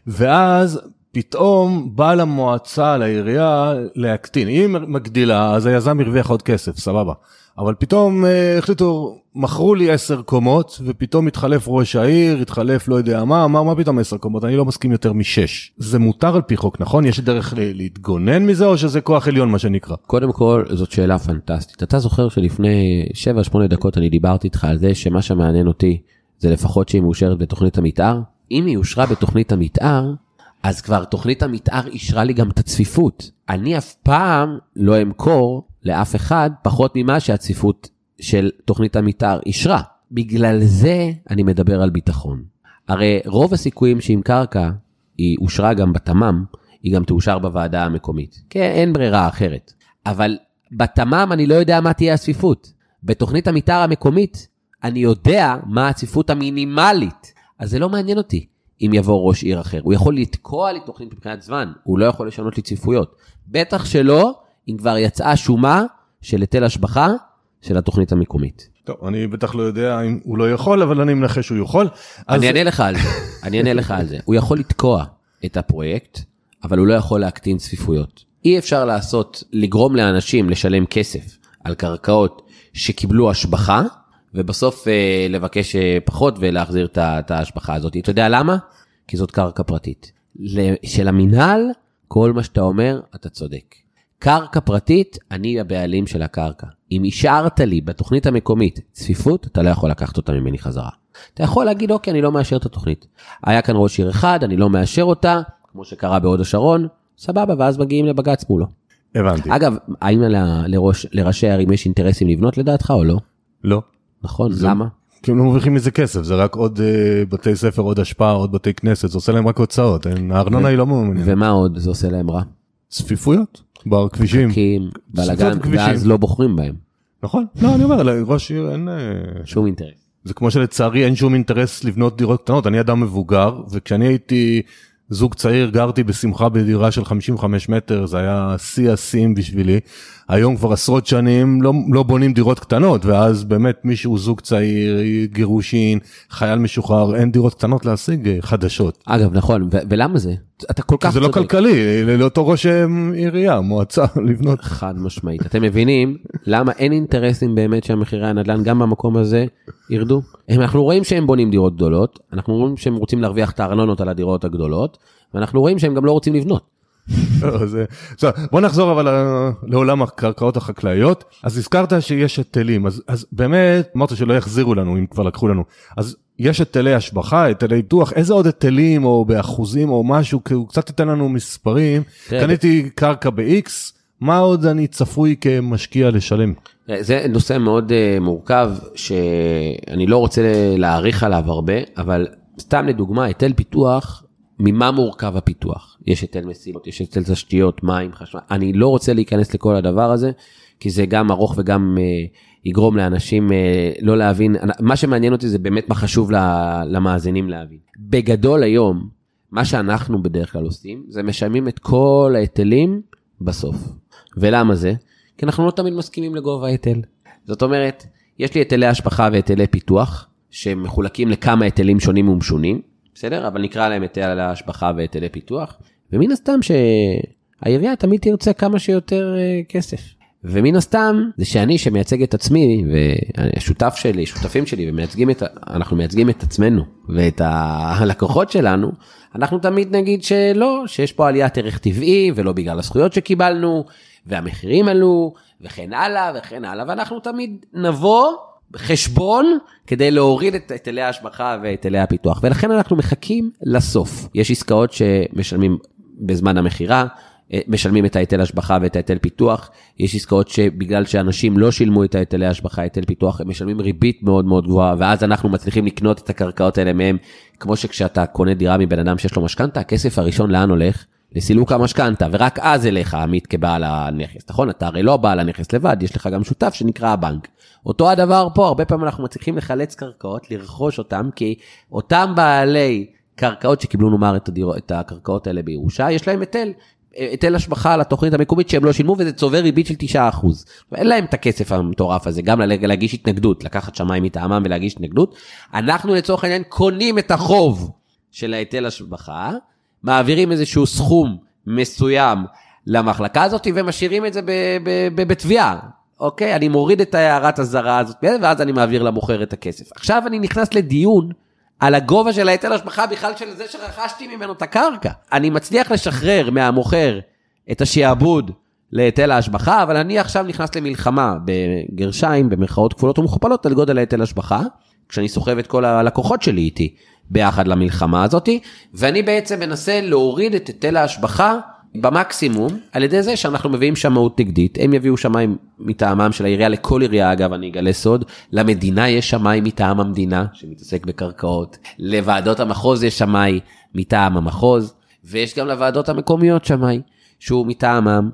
ואז פתאום בא למועצה, לעירייה, להקטין. אם מגדילה, אז היזם הרוויח עוד כסף, סבבה. אבל פתאום החליטו, מכרו לי 10 קומות, ופתאום התחלף ראש העיר, התחלף לא יודע מה פתאום 10 קומות, אני לא מסכים יותר מ6. זה מותר על פי חוק, נכון? יש דרך להתגונן מזה, או שזה כוח עליון, מה שנקרא? קודם כל, זאת שאלה פנטסטית. אתה זוכר שלפני 7-8 דקות אני דיברתי איתך על זה, שמה שמעניין אותי, זה לפחות שהיא מאושרת בתוכנית המתאר. אם היא אושרה בתוכנית המתאר, אז כבר תוכנית המתאר אישרה לי גם את הצפיפות. אני אף פעם לא אמכור לאף אחד פחות ממה שהצפיפות של תוכנית המתאר אישרה. בגלל זה אני מדבר על ביטחון. הרי רוב הסיכויים שעם קרקע היא אושרה גם בתמ"מ, היא גם תאושר בוועדה המקומית. כן, אין ברירה אחרת. אבל בתמ"מ אני לא יודע מה תהיה הצפיפות. בתוכנית המתאר המקומית אני יודע מה הצפיפות המינימלית. אז זה לא מעניין אותי. אם יבוא ראש עיר אחר. הוא יכול לתקוע לי תוכנית מבחינת זמן, הוא לא יכול לשנות לי ציפויות. בטח שלא, אם כבר יצאה שומה של היטל השבחה של התוכנית המקומית. טוב, אני בטח לא יודע אם הוא לא יכול, אבל אני מנחש שהוא יכול. אני אענה לך על זה. הוא יכול לתקוע את הפרויקט, אבל הוא לא יכול להקטין צפיפויות. אי אפשר לגרום לאנשים לשלם כסף על קרקעות שקיבלו השבחה, ובסוף לבקש פחות ולהחזיר את ההשבחה הזאת. אתה יודע למה? כי זאת קרקע פרטית. של המינהל, כל מה שאתה אומר, אתה צודק. קרקע פרטית, אני הבעלים של הקרקע. אם השארת לי בתוכנית המקומית צפיפות, אתה לא יכול לקחת אותה ממני חזרה. אתה יכול להגיד, אוקיי, אני לא מאשר את התוכנית. היה כאן ראש עיר אחד, אני לא מאשר אותה, כמו שקרה בהוד השרון, סבבה, ואז מגיעים לבג"ץ מולו. הבנתי. אגב, האם לראשי הערים יש אינטרסים לבנות לדעתך או לא? לא. נכון, למה? כי הם לא מרוויחים מזה כסף, זה רק עוד בתי ספר, עוד השפעה, עוד בתי כנסת, זה עושה להם רק הוצאות, הארנונה היא לא מעוניינת. ומה עוד זה עושה להם רע? צפיפויות, בכבישים. בלגן, ואז לא בוחרים בהם. נכון, לא, אני אומר, לראש עיר אין שום אינטרס. זה כמו שלצערי אין שום אינטרס לבנות דירות קטנות, אני אדם מבוגר, וכשאני הייתי זוג צעיר, גרתי בשמחה בדירה של 55 מטר, זה היה שיא השיאים בשבילי, היום כבר עשרות שנים לא בונים דירות קטנות, ואז באמת מישהו זוג צעיר, גירושין, חייל משוחרר, אין דירות קטנות להשיג חדשות. אגב, נכון, ולמה זה? אתה כל כך זה לא כלכלי, לאותו ראש עירייה, מועצה, לבנות. חד משמעית. אתם מבינים למה אין אינטרסים באמת שהמחירי הנדל"ן גם במקום הזה ירדו? אנחנו רואים שהם בונים דירות גדולות, אנחנו רואים שהם רוצים להרוויח את הארנונות על הדירות הגדולות, ואנחנו רואים שהם גם לא רוצים לבנות. בוא נחזור אבל לעולם הקרקעות החקלאיות. אז הזכרת שיש היטלים, אז באמת אמרת שלא יחזירו לנו אם כבר לקחו לנו, אז יש היטלי השבחה, היטלי פיתוח, איזה עוד היטלים או באחוזים או משהו, כי הוא קצת ייתן לנו מספרים, קניתי קרקע ב-X, מה עוד אני צפוי כמשקיע לשלם? זה נושא מאוד מורכב, שאני לא רוצה להעריך עליו הרבה, אבל סתם לדוגמה, היטל פיתוח, ממה מורכב הפיתוח? יש היטל מסילות, יש היטל תשתיות, מים, חשמל, אני לא רוצה להיכנס לכל הדבר הזה, כי זה גם ארוך וגם יגרום לאנשים לא להבין, מה שמעניין אותי זה באמת מה חשוב למאזינים להבין. בגדול היום, מה שאנחנו בדרך כלל עושים, זה משלמים את כל ההיטלים בסוף. ולמה זה? כי אנחנו לא תמיד מסכימים לגובה היטל. זאת אומרת, יש לי היטלי השבחה והיטלי פיתוח, שמחולקים לכמה היטלים שונים ומשונים, בסדר? אבל נקרא להם היטל השבחה והיטלי פיתוח, ומן הסתם שהעירייה תמיד תרצה כמה שיותר כסף. ומן הסתם, זה שאני שמייצג את עצמי, והשותף שלי, שותפים שלי, אנחנו מייצגים את עצמנו, ואת הלקוחות שלנו, אנחנו תמיד נגיד שלא, שיש פה עליית ערך טבעי, ולא בגלל הזכויות שקיבלנו, והמחירים עלו, וכן הלאה, וכן הלאה, ואנחנו תמיד נבוא בחשבון, כדי להוריד את היטלי ההשבחה והיטלי הפיתוח, ולכן אנחנו מחכים לסוף. יש עסקאות שמשלמים בזמן המחירה, משלמים את היטל השבחה ואת היטל פיתוח, יש עסקאות שבגלל שאנשים לא שילמו את היטלי השבחה, היטל פיתוח, הם משלמים ריבית מאוד מאוד גבוהה, ואז אנחנו מצליחים לקנות את הקרקעות האלה מהם, כמו שכשאתה קונה דירה מבן אדם שיש לו משכנתה, הכסף הראשון לאן הולך? לסילוק המשכנתה, ורק אז אליך עמית כבעל הנכס, נכון? אתה הרי לא בעל הנכס לבד, יש לך גם שותף שנקרא הבנק. אותו הדבר פה, הרבה פעמים אנחנו מצליחים לחלץ קרקעות, לרכוש אותם, כי אותם בעלי קרקעות שקיבלו נאמר את הקרקעות האלה בירושה, יש להם היטל השבחה על התוכנית המקומית שהם לא שילמו, וזה צובר ריבית של 9%. ואין להם את הכסף המטורף הזה, גם להגיש התנגדות, לקחת שמיים מטעמם ולהגיש התנגדות. אנחנו לצורך העניין קונים את החוב של ההיטל השבחה, מעבירים איזשהו סכום מסוים למחלקה הזאת, ומשאירים את זה בתביעה. אוקיי? אני מוריד את הערת הזרה הזאת, ואז אני מעביר למוכר את הכסף. עכשיו אני נכנס לדיון על הגובה של ההיטל השבחה, בכלל של זה שרכשתי ממנו את הקרקע. אני מצליח לשחרר מהמוכר את השיעבוד להיטל ההשבחה, אבל אני עכשיו נכנס למלחמה בגרשיים, במרכאות כפולות ומכופלות, על גודל ההיטל השבחה, כשאני סוחב את כל הלקוחות שלי איתי ביחד למלחמה הזאת, ואני בעצם מנסה להוריד את היטל ההשבחה במקסימום, על ידי זה שאנחנו מביאים שמאות נגדית, הם יביאו שמיים מטעמם של העירייה, לכל עירייה אגב, אני אגלה סוד, למדינה יש שמיים מטעם המדינה, שמתעסק בקרקעות, לוועדות המחוז יש שמיים מטעם המחוז, ויש גם לוועדות המקומיות שמיים, שהוא מטעמם,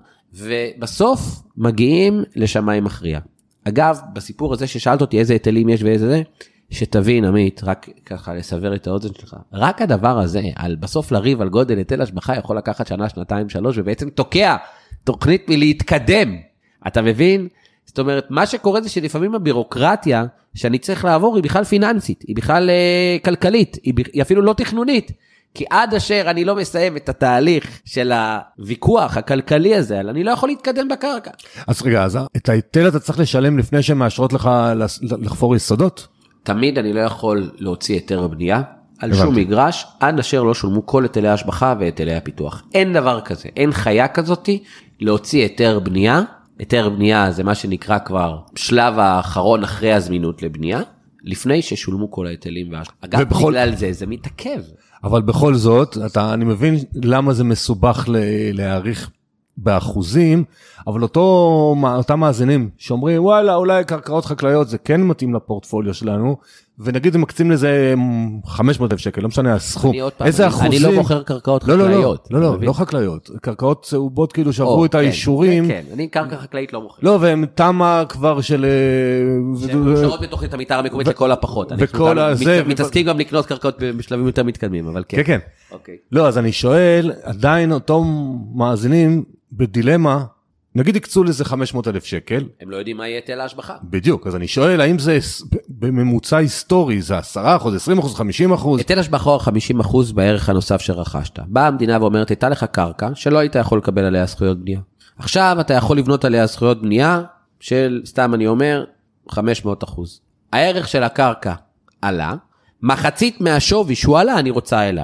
ובסוף מגיעים לשמיים מכריע. אגב, בסיפור הזה ששאלת אותי איזה היטלים יש ואיזה זה, שתבין עמית, רק ככה לסבר את האוזן שלך, רק הדבר הזה, על בסוף לריב על גודל היטל השבחה, יכול לקחת שנה, שנתיים, 3, ובעצם תוקע תוכנית מלהתקדם. אתה מבין? זאת אומרת, מה שקורה זה שלפעמים הבירוקרטיה שאני צריך לעבור היא בכלל פיננסית, היא בכלל כלכלית, היא אפילו לא תכנונית, כי עד אשר אני לא מסיים את התהליך של הוויכוח הכלכלי הזה, אני לא יכול להתקדם בקרקע. אז רגע, אז את ההיטל אתה צריך לשלם לפני שמאשרות לך לחפור יסודות? תמיד אני לא יכול להוציא היתר בנייה על שום מגרש, עד אשר לא שולמו כל היטלי ההשבחה והיטלי הפיתוח. אין דבר כזה, אין חיה כזאת להוציא היתר בנייה. היתר בנייה זה מה שנקרא כבר שלב האחרון אחרי הזמינות לבנייה, לפני ששולמו כל ההיטלים וההשבחה. אגב, בגלל זה מתעכב. אבל בכל זאת, אני מבין למה זה מסובך להעריך באחוזים, אבל אותם מאזינים שאומרים, וואלה, אולי קרקעות חקלאיות זה כן מתאים לפורטפוליו שלנו, ונגיד הם מקצים לזה 500,000 שקל, לא משנה הסכום. איזה אחוזים? אני לא מוכר קרקעות חקלאיות. לא חקלאיות, קרקעות צהובות כאילו שעברו את האישורים. כן, אני קרקע חקלאית לא מוכר. לא, והם תמה כבר של... שמאושרות בתוכנית המתאר המקומית לכל הפחות. מתעסקים גם לקנות קרקעות בשלבים יותר מתקדמים, אבל כן. כן, כן. לא, אז אני שואל, עדיין אותו מאזינים בדילמה, נגיד יקצו לזה 500,000 שקל. הם לא יודעים מה יהיה היטל ההשבחה. בדיוק, אז אני שואל, האם זה בממוצע היסטורי, זה 10%, 20%, 50%? היטל השבחה הוא 50% בערך הנוסף שרכשת. באה המדינה ואומרת, הייתה לך קרקע שלא היית יכול לקבל עליה זכויות בנייה. עכשיו אתה יכול לבנות עליה זכויות בנייה של, סתם אני אומר, 500%. הערך של הקרקע עלה, מחצית מהשווי שהוא עלה, אני רוצה אליי.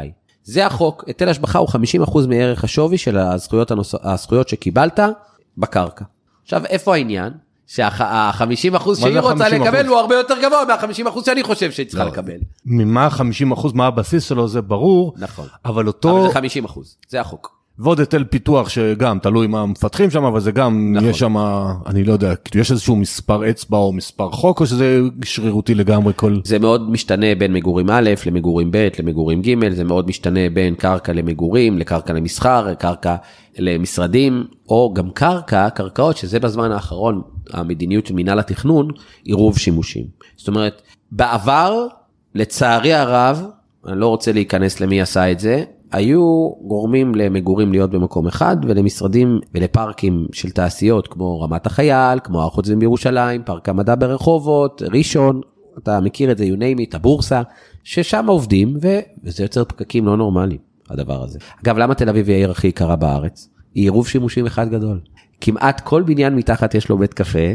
זה החוק, היטל השבחה הוא 50% מערך השווי של הזכויות שקיבלת בקרקע. עכשיו, איפה העניין? שה-50% שהיא רוצה לקבל הוא הרבה יותר גבוה מה-50% שאני חושב שהיא צריכה לקבל. ממה 50%, מה הבסיס שלו, זה ברור. נכון. אבל אותו... אבל זה 50%, זה החוק. ועוד היטל פיתוח שגם תלוי מה מפתחים שם, אבל זה גם, נכון. יש שם, אני לא יודע, יש איזשהו מספר אצבע או מספר חוק, או שזה שרירותי לגמרי כל... זה מאוד משתנה בין מגורים א' למגורים ב' למגורים ג', זה מאוד משתנה בין קרקע למגורים, לקרקע למסחר, קרקע למשרדים, או גם קרקעות, שזה בזמן האחרון, המדיניות של מינהל התכנון, עירוב שימושים. זאת אומרת, בעבר, לצערי הרב, אני לא רוצה להיכנס למי עשה את זה, היו גורמים למגורים להיות במקום אחד, ולמשרדים ולפארקים של תעשיות, כמו רמת החייל, כמו הר חוצבים בירושלים, פארק המדע ברחובות, ראשון, אתה מכיר את זה, you name it, הבורסה, ששם עובדים, וזה יוצר פקקים לא נורמליים, הדבר הזה. אגב, למה תל אביב היא העיר הכי יקרה בארץ? היא עירוב שימושים אחד גדול. כמעט כל בניין מתחת יש לו בית קפה,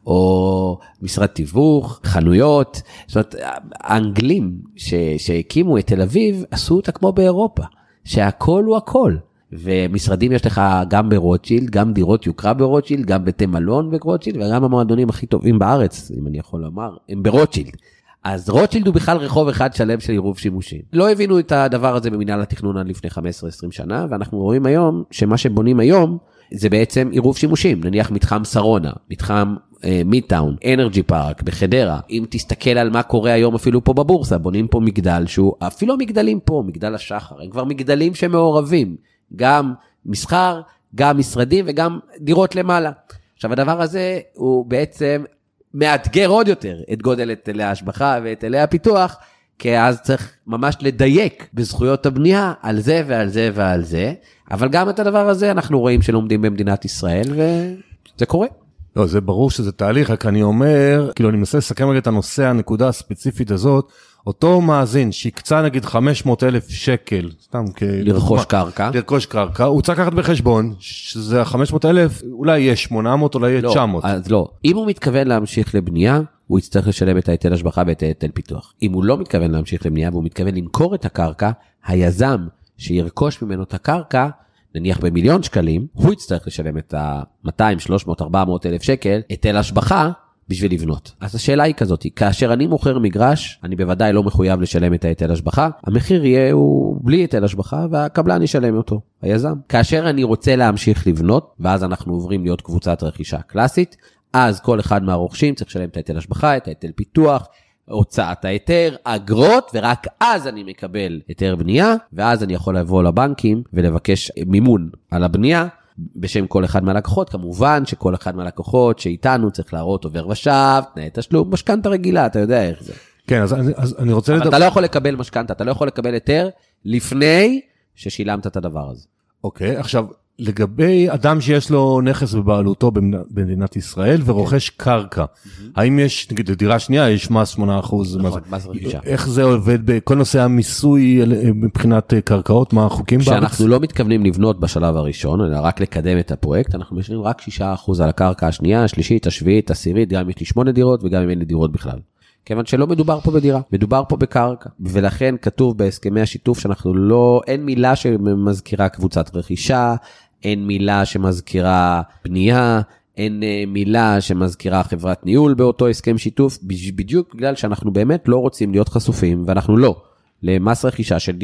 או משרד תיווך, חנויות, זאת אומרת, האנגלים שהקימו את תל אביב, עשו אותה כמו באירופה, שהכל הוא הכל, ומשרדים יש לך גם ברוטשילד, גם דירות יוקרה ברוטשילד, גם בתי מלון ברוטשילד, וגם המועדונים הכי טובים בארץ, אם אני יכול לומר, הם ברוטשילד. אז רוטשילד הוא בכלל רחוב אחד שלם של עירוב שימושים. לא הבינו את הדבר הזה במינהל התכנון עד לפני 15-20 שנה, ואנחנו רואים היום שמה שבונים היום, זה בעצם עירוב שימושים, נניח מתחם סרונה, מתחם מידטאון, אנרג'י פארק, בחדרה, אם תסתכל על מה קורה היום אפילו פה בבורסה, בונים פה מגדל שהוא, אפילו מגדלים פה, מגדל השחר, הם כבר מגדלים שמעורבים, גם מסחר, גם משרדים וגם דירות למעלה. עכשיו הדבר הזה הוא בעצם מאתגר עוד יותר את גודל היטלי ההשבחה והיטלי הפיתוח, כי אז צריך ממש לדייק בזכויות הבנייה על זה ועל זה ועל זה, אבל גם את הדבר הזה אנחנו רואים שלומדים במדינת ישראל, וזה קורה. לא, זה ברור שזה תהליך, רק אני אומר, כאילו אני מנסה לסכם רגע את הנושא, הנקודה הספציפית הזאת, אותו מאזין שיקצה נגיד 500,000 שקל, סתם לרכוש קרקע. לרכוש קרקע, הוא צריך לקחת בחשבון, שזה 500,000, אולי יהיה 800, אולי יהיה 900. אז לא, אם הוא מתכוון להמשיך לבנייה, הוא יצטרך לשלם את ההיטל השבחה ואת ההיטל פיתוח. אם הוא לא מתכוון להמשיך לבנייה, והוא מתכוון למכור את הקרקע, היזם שירכוש ממנו את הקרקע, נניח ב1,000,000 שקלים, הוא יצטרך לשלם את ה-200, 300, 400 אלף שקל, היטל השבחה, בשביל לבנות. אז השאלה היא כזאת, כאשר אני מוכר מגרש, אני בוודאי לא מחויב לשלם את ההיטל השבחה, המחיר יהיה הוא בלי היטל השבחה, והקבלן ישלם אותו, היזם. כאשר אני רוצה להמשיך לבנות, ואז אנחנו עוברים להיות קבוצת רכישה קלאסית, אז כל אחד מהרוכשים צריך לשלם את ההיטל השבחה, את ההיטל פיתוח, הוצאת ההיתר, אגרות, ורק אז אני מקבל היתר בנייה, ואז אני יכול לבוא לבנקים ולבקש מימון על הבנייה, בשם כל אחד מהלקוחות. כמובן שכל אחד מהלקוחות שאיתנו צריך להראות עובר ושב, תנאי תשלום, משכנתה רגילה, אתה יודע איך זה. כן, אז אני רוצה לדבר... אתה לא יכול לקבל משכנתה, אתה לא יכול לקבל היתר לפני ששילמת את הדבר הזה. אוקיי, עכשיו, לגבי אדם שיש לו נכס בבעלותו במדינת ישראל ורוכש קרקע, האם יש, נגיד, דירה שנייה, יש מס 8%? נכון, מס רכישה. איך זה עובד בכל נושא המיסוי מבחינת קרקעות, מה החוקים בארץ? כשאנחנו לא מתכוונים לבנות בשלב הראשון, אלא רק לקדם את הפרויקט, אנחנו משלמים רק 6% על הקרקע השנייה, השלישית, השביעית, העשירית, גם אם יש לי 8 דירות וגם אם אין לי דירות בכלל. כיוון שלא מדובר פה בדירה, מדובר פה בקרקע, ולכן כתוב בהסכמי השיתוף שאנחנו לא, אין מילה שמזכירה קבוצת רכישה, אין מילה שמזכירה בנייה, אין מילה שמזכירה חברת ניהול באותו הסכם שיתוף, בדיוק בגלל שאנחנו באמת לא רוצים להיות חשופים, ואנחנו לא, למס רכישה של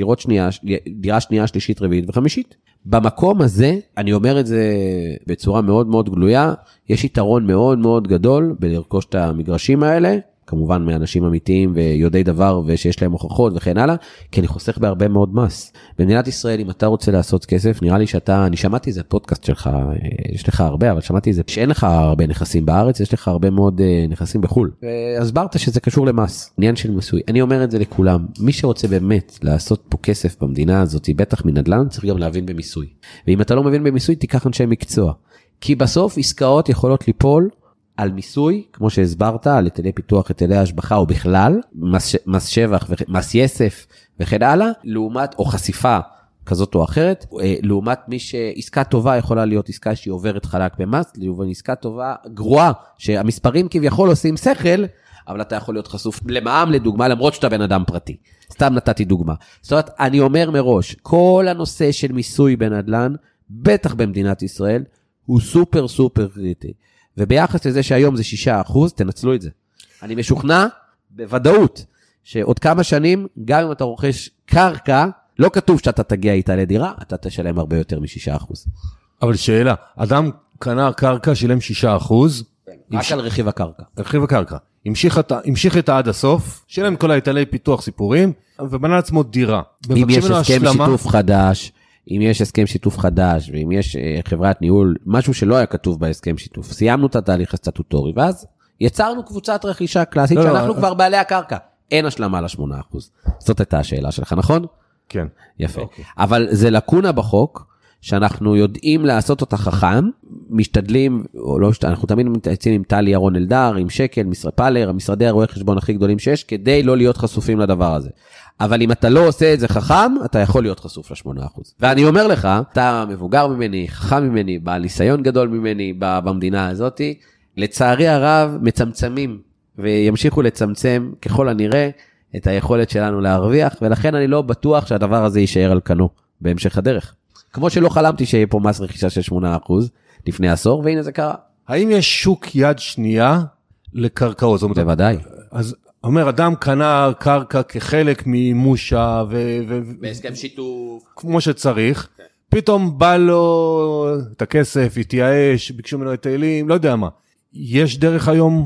דירה שנייה, שלישית, רביעית וחמישית. במקום הזה, אני אומר את זה בצורה מאוד מאוד גלויה, יש יתרון מאוד מאוד גדול בלרכוש את המגרשים האלה, כמובן מאנשים אמיתיים ויודעי דבר ושיש להם הוכחות וכן הלאה, כי אני חוסך בהרבה מאוד מס. במדינת ישראל, אם אתה רוצה לעשות כסף, נראה לי אני שמעתי איזה פודקאסט שלך, יש לך הרבה, אבל שמעתי איזה, שאין לך הרבה נכסים בארץ, יש לך הרבה מאוד נכסים בחול. והסברת שזה קשור למס, עניין של מיסוי. אני אומר את זה לכולם, מי שרוצה באמת לעשות פה כסף במדינה הזאת, בטח מנדל"ן, צריך גם להבין במיסוי. ואם אתה לא מבין במיסוי, תיקח אנשי מקצוע. כי בסוף עסקאות יכולות ליפול על מיסוי, כמו שהסברת, על היטלי פיתוח, היטלי השבחה, או בכלל, מס שבח, מס יסף, וכן הלאה, לעומת, או חשיפה כזאת או אחרת, לעומת מי שעסקה טובה יכולה להיות עסקה שהיא עוברת חלק במס, לעומת עסקה טובה גרועה, שהמספרים כביכול עושים שכל, אבל אתה יכול להיות חשוף למע"מ לדוגמה, למרות שאתה בן אדם פרטי. סתם נתתי דוגמה. זאת אומרת, אני אומר מראש, כל הנושא של מיסוי בנדל"ן, בטח במדינת ישראל, הוא סופר סופר קריטי. וביחס לזה שהיום זה 6%, תנצלו את זה. אני משוכנע בוודאות, שעוד כמה שנים, גם אם אתה רוכש קרקע, לא כתוב שאתה תגיע איתה לדירה, אתה תשלם הרבה יותר מ6%. אבל שאלה, אדם קנה קרקע, שילם 6%. רק על רכיב הקרקע. רכיב הקרקע. המשיך איתה עד הסוף, שילם כל ההיטלי פיתוח סיפורים, ובנה לעצמו דירה. אם יש הסכם שיתוף חדש, אם יש הסכם שיתוף חדש, ואם יש חברת ניהול, משהו שלא היה כתוב בהסכם שיתוף, סיימנו את התהליך הסטטוטורי, ואז יצרנו קבוצת רכישה קלאסית, שאנחנו כבר בעלי הקרקע. אין השלמה ל8%. זאת הייתה השאלה שלך, נכון? כן. יפה. אבל זה לקונה בחוק, שאנחנו יודעים לעשות אותה חכם, משתדלים, או לא, אנחנו תמיד מתייעצים עם טלי ירון אלדר, עם שקל, משרד פלר, המשרדי הרואי חשבון הכי גדולים שיש, כדי לא להיות חשופים לדבר הזה. אבל אם אתה לא עושה את זה חכם, אתה יכול להיות חשוף ל8%. ואני אומר לך, אתה מבוגר ממני, חכם ממני, בעל ניסיון גדול ממני במדינה הזאת, לצערי הרב מצמצמים, וימשיכו לצמצם ככל הנראה את היכולת שלנו להרוויח, ולכן אני לא בטוח שהדבר הזה יישאר על כנו בהמשך הדרך. כמו שלא חלמתי שיהיה פה מס רכישה של 8% לפני עשור, והנה זה קרה. האם יש שוק יד שנייה לקרקעות? בוודאי. אז אומר, אדם קנה קרקע כחלק ממושה בהסכם שיתוף. כמו שצריך, פתאום בא לו את הכסף, התייאש, ביקשו ממנו את היטלים, לא יודע מה. יש דרך היום,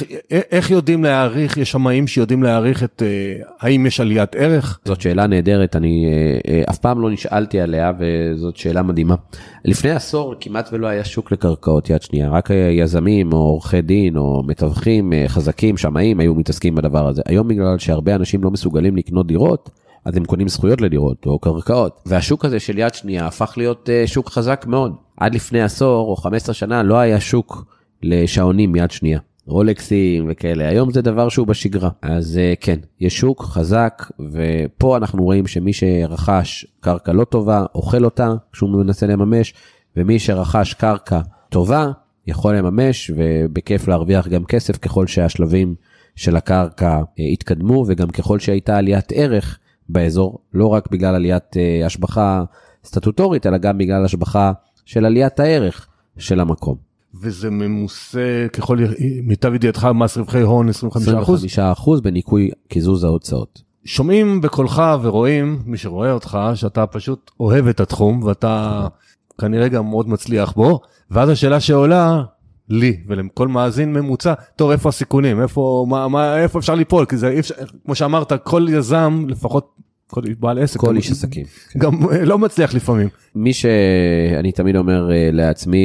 איך יודעים להעריך, יש שמאים שיודעים להעריך את, האם יש עליית ערך? זאת שאלה נהדרת, אני אף פעם לא נשאלתי עליה, וזאת שאלה מדהימה. לפני עשור כמעט ולא היה שוק לקרקעות יד שנייה, רק יזמים או עורכי דין או מתווכים חזקים, שמאים היו מתעסקים בדבר הזה. היום בגלל שהרבה אנשים לא מסוגלים לקנות דירות, אז הם קונים זכויות לדירות או קרקעות. והשוק הזה של יד שנייה הפך להיות שוק חזק מאוד. עד לפני עשור או 15 שנה לא היה שוק לשעונים יד שנייה. רולקסים וכאלה. היום זה דבר שהוא בשגרה. אז כן, יש שוק חזק, ופה אנחנו רואים שמי שרכש קרקע לא טובה, אוכל אותה כשהוא מנסה לממש, ומי שרכש קרקע טובה, יכול לממש, ובכיף להרוויח גם כסף ככל שהשלבים של הקרקע התקדמו, וגם ככל שהייתה עליית ערך באזור, לא רק בגלל עליית השבחה סטטוטורית, אלא גם בגלל השבחה של עליית הערך של המקום. וזה ממוסה, ככל מיטב ידיעתך, מס רווחי הון 25%? 25% בניקוי קיזוז ההוצאות. שומעים בקולך ורואים, מי שרואה אותך, שאתה פשוט אוהב את התחום, ואתה כנראה גם מאוד מצליח בו, ואז השאלה שעולה לי, ולכל מאזין ממוצע, תור, איפה הסיכונים? איפה אפשר ליפול? כי זה, כמו שאמרת, כל יזם, לפחות כל בעל עסק, כל איש עסקים. גם לא מצליח לפעמים. מי שאני תמיד אומר לעצמי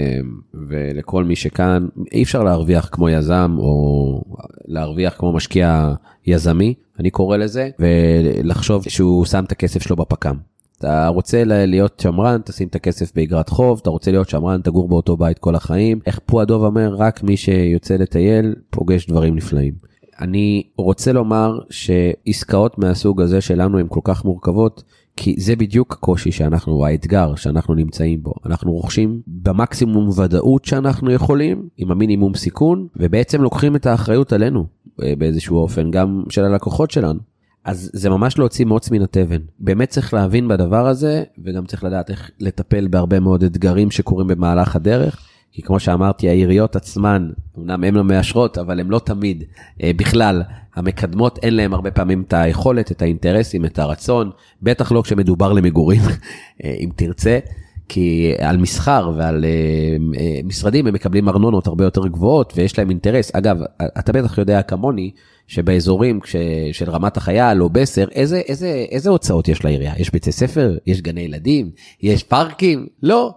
ולכל מי שכאן, אי אפשר להרוויח כמו יזם או להרוויח כמו משקיע יזמי, אני קורא לזה, ולחשוב שהוא שם את הכסף שלו בפקם. אתה רוצה להיות שמרן, תשים את הכסף באגרת חוב, אתה רוצה להיות שמרן, תגור באותו בית כל החיים. איך פועדוב אומר, רק מי שיוצא לטייל פוגש דברים נפלאים. אני רוצה לומר שעסקאות מהסוג הזה שלנו הן כל כך מורכבות, כי זה בדיוק הקושי שאנחנו, האתגר שאנחנו נמצאים בו. אנחנו רוכשים במקסימום ודאות שאנחנו יכולים, עם המינימום סיכון, ובעצם לוקחים את האחריות עלינו, באיזשהו אופן, גם של הלקוחות שלנו. אז זה ממש להוציא מוץ מן התבן. באמת צריך להבין בדבר הזה, וגם צריך לדעת איך לטפל בהרבה מאוד אתגרים שקורים במהלך הדרך, כי כמו שאמרתי, העיריות עצמן, אמנם הן לא מאשרות, אבל הן לא תמיד בכלל, המקדמות אין להן הרבה פעמים את היכולת, את האינטרסים, את הרצון, בטח לא כשמדובר למגורים, אם תרצה, כי על מסחר ועל משרדים הם מקבלים ארנונות הרבה יותר גבוהות, ויש להם אינטרס. אגב, אתה בטח יודע כמוני, שבאזורים של רמת החייל או בסר, איזה הוצאות יש לעירייה? יש בית ספר? יש גני ילדים? יש פארקים? לא.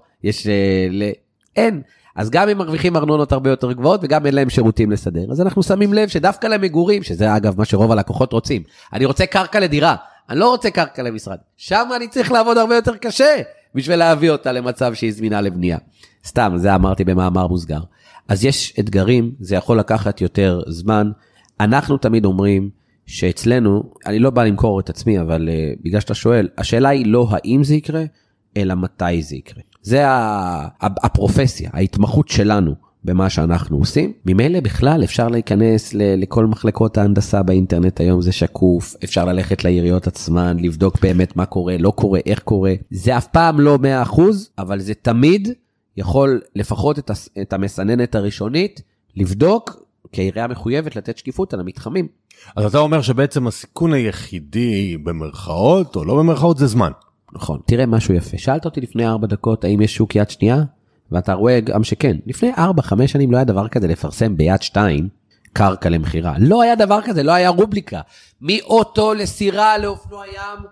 אין. אז גם הם מרוויחים ארנונות הרבה יותר גבוהות, וגם אין להם שירותים לסדר. אז אנחנו שמים לב שדווקא למגורים, שזה אגב מה שרוב הלקוחות רוצים, אני רוצה קרקע לדירה, אני לא רוצה קרקע למשרד. שם אני צריך לעבוד הרבה יותר קשה, בשביל להביא אותה למצב שהיא זמינה לבנייה. סתם, זה אמרתי במאמר מוסגר. אז יש אתגרים, זה יכול לקחת יותר זמן. אנחנו תמיד אומרים שאצלנו, אני לא בא למכור את עצמי, אבל בגלל שאתה שואל, השאלה היא לא האם זה יקרה, אלא מתי זה יקרה. זה הפרופסיה, ההתמחות שלנו במה שאנחנו עושים. ממילא בכלל אפשר להיכנס לכל מחלקות ההנדסה באינטרנט היום, זה שקוף, אפשר ללכת לעיריות עצמן, לבדוק באמת מה קורה, לא קורה, איך קורה. זה אף פעם לא 100%, אבל זה תמיד יכול לפחות את המסננת הראשונית, לבדוק, כי העירייה מחויבת לתת שקיפות על המתחמים. אז אתה אומר שבעצם הסיכון היחידי במרכאות, או לא במרכאות, זה זמן. נכון, תראה משהו יפה. שאלת אותי לפני 4 דקות, האם יש שוק יד שנייה? ואתה רואה גם שכן. לפני 4-5 שנים לא היה דבר כזה לפרסם ביד 2 קרקע למחירה. לא היה דבר כזה, לא היה רובליקה. מאוטו לסירה, לאופנוע ים,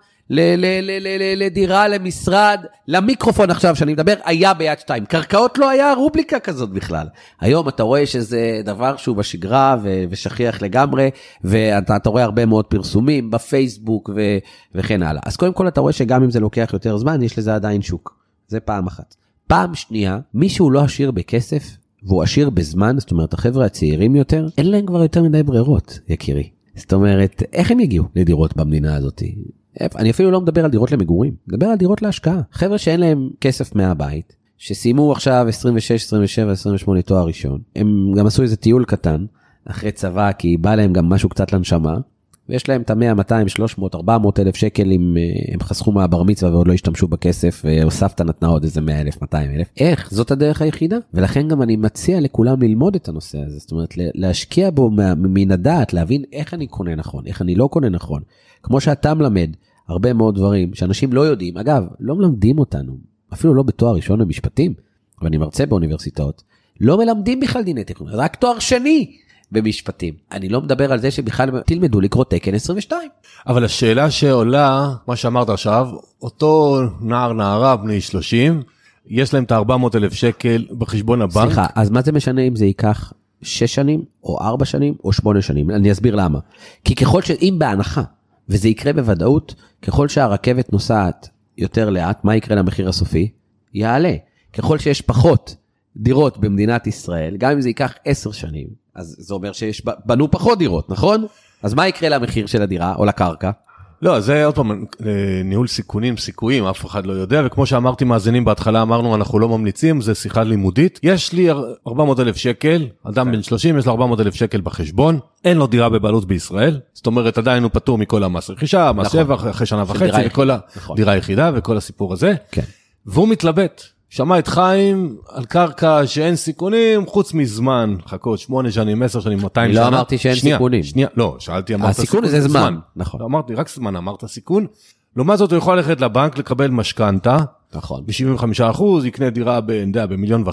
לדירה, למשרד, למיקרופון עכשיו שאני מדבר, היה ביד 2. קרקעות לא היה רובליקה כזאת בכלל. היום אתה רואה שזה דבר שהוא בשגרה ושכיח לגמרי, ואתה רואה הרבה מאוד פרסומים בפייסבוק וכן הלאה. אז קודם כל אתה רואה שגם אם זה לוקח יותר זמן, יש לזה עדיין שוק. זה פעם אחת. פעם שנייה, מישהו לא עשיר בכסף, והוא עשיר בזמן, זאת אומרת, החבר'ה הצעירים יותר, אין להם כבר יותר מדי ברירות, יקירי. זאת אומרת, איך הם יגיעו לדירות במדינה הזאת? אני אפילו לא מדבר על דירות למגורים, מדבר על דירות להשקעה. חבר'ה שאין להם כסף מהבית, שסיימו עכשיו 26, 27, 28 תואר ראשון, הם גם עשו איזה טיול קטן, אחרי צבא, כי בא להם גם משהו קצת לנשמה, ויש להם את 100, 200, 300, 400 אלף שקל אם הם חסכו מהבר מצווה ועוד לא השתמשו בכסף, והוספת נתנה עוד איזה 100 אלף, 200 אלף. איך? זאת הדרך היחידה. ולכן גם אני מציע לכולם ללמוד את הנושא הזה. זאת אומרת, להשקיע בו מן הדעת, להבין איך אני קונה נכון, איך אני לא קונה נכון. כמו שאתה מלמד הרבה מאוד דברים שאנשים לא יודעים. אגב, לא מלמדים אותנו, אפילו לא בתואר ראשון במשפטים, ואני מרצה באוניברסיטאות, לא מלמדים בכלל דיני תכנון, רק תואר שני. במשפטים. אני לא מדבר על זה שבכלל תלמדו לקרוא תקן 22. אבל השאלה שעולה, מה שאמרת עכשיו, אותו נערה בני 30, יש להם את 400,000 שקל בחשבון הבנק. סליחה, אז מה זה משנה אם זה ייקח 6 שנים, או 4 שנים, או 8 שנים? אני אסביר למה. כי ככל שאם בהנחה, וזה יקרה בוודאות, ככל שהרכבת נוסעת יותר לאט, מה יקרה למחיר הסופי? יעלה. ככל שיש פחות דירות במדינת ישראל, גם אם זה ייקח 10 שנים, אז זה אומר שבנו פחות דירות, נכון? אז מה יקרה למחיר של הדירה או לקרקע? לא, זה עוד פעם, ניהול סיכויים, אף אחד לא יודע, וכמו שאמרתי מאזינים בהתחלה, אמרנו אנחנו לא ממליצים, זה שיחה לימודית. יש לי 400,000 שקל, אדם בן 30, יש לו 400,000 שקל בחשבון, אין לו דירה בבעלות בישראל, זאת אומרת עדיין הוא פטור מכל המס רכישה, מס שבח, אחרי שנה וחצי, וכל הדירה היחידה וכל הסיפור הזה, והוא מתלבט. שמע את חיים על קרקע שאין סיכונים, חוץ מזמן, חכות 8 שנים, 10 שנים, 200 שנה. אני לא אמרתי שאין סיכונים. שנייה, לא, שאלתי, אמרת סיכון זה זמן. נכון. לא אמרתי, רק זמן, אמרת סיכון. לעומת זאת, הוא יכול ללכת לבנק, לקבל משכנתה. נכון. ב-75%, יקנה דירה ב1.5 מיליון.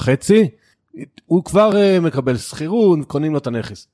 הוא כבר מקבל שכירות, קונים לו את הנכס.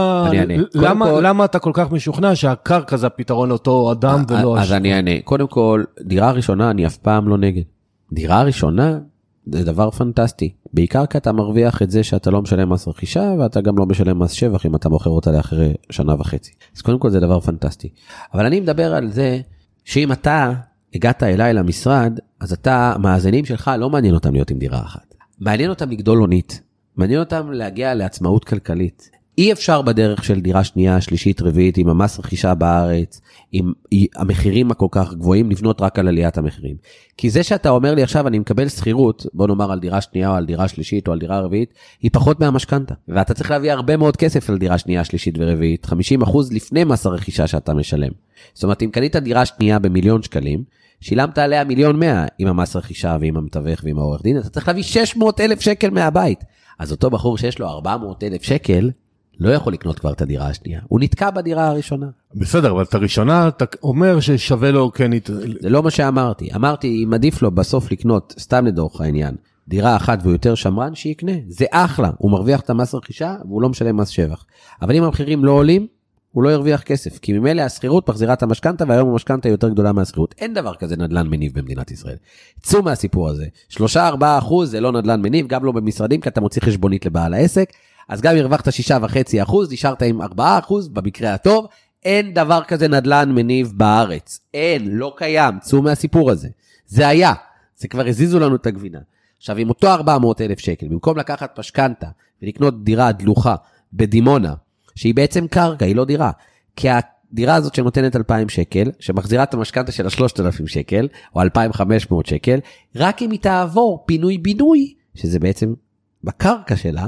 למה אתה כל כך משוכנע שהקרקע זה הפתרון לאותו אדם ולא... אז אני אענה. קודם כל, דירה ראשונה, אני אף פעם לא נגד. דירה ראשונה, זה דבר פנטסטי. בעיקר כי אתה מרוויח את זה שאתה לא משלם מס רכישה, ואתה גם לא משלם מס שבח אם אתה מוכר אותה לאחרי 1.5 שנה. אז קודם כל זה דבר פנטסטי. אבל אני מדבר על זה, שאם אתה הגעת אליי למשרד, אז אתה, המאזינים שלך לא מעניין אותם להיות עם דירה אחת. מעניין אותם לגדול הונית. מעניין אותם להגיע לעצמאות כלכלית. אי אפשר בדרך של דירה שנייה, שלישית, רביעית, עם המס רכישה בארץ, עם המחירים הכל כך גבוהים, לבנות רק על עליית המחירים. כי זה שאתה אומר לי עכשיו, אני מקבל שכירות, בוא נאמר על דירה שנייה, או על דירה שלישית, או על דירה רביעית, היא פחות מהמשכנתה. ואתה צריך להביא הרבה מאוד כסף על דירה שנייה, שלישית ורביעית, 50% לפני מס הרכישה שאתה משלם. זאת אומרת, אם קנית דירה שנייה ב1,000,000 שקלים, שילמת עליה 1,100,000 עם המס הרכישה ועם המתווך ועם העורך דין, אתה צריך להביא 600,000 שקל מהבית. אז אותו בחור שיש לו 400,000 שקל, לא יכול לקנות כבר את הדירה השנייה. הוא נתקע בדירה הראשונה. בסדר, אבל את הראשונה, אתה אומר ששווה לו כן... זה לא מה שאמרתי. אמרתי, אם עדיף לו בסוף לקנות, סתם לדוח העניין, דירה אחת והוא יותר שמרן, שיקנה. זה אחלה. הוא מרוויח את המס רכישה, והוא לא משלם מס שבח. אבל אם המחירים לא עולים, הוא לא ירוויח כסף. כי ממילא הסחירות מחזירה את המשכנתה, והיום המשכנתה יותר גדולה מהסחירות. אין דבר כזה נדל"ן מניב במדינת ישראל. צאו מהסיפור הזה. 3-4% זה לא נדל"ן מניב, גם לא במשרדים, כי אתה מוציא חשבונית לבעל העסק. אז גם הרווחת 6.5%, נשארת עם 4%, במקרה הטוב, אין דבר כזה נדל"ן מניב בארץ. אין, לא קיים, צאו מהסיפור הזה. זה היה, זה כבר הזיזו לנו את הגבינה. עכשיו, עם אותו 400,000 שקל, במקום לקחת משכנתה ולקנות דירה דלוחה בדימונה, שהיא בעצם קרקע, היא לא דירה, כי הדירה הזאת שנותנת 2,000 שקל, שמחזירה את המשכנתה של 3,000 שקל, או 2,500 שקל, רק אם היא תעבור פינוי-בינוי, שזה בעצם בקרקע שלה,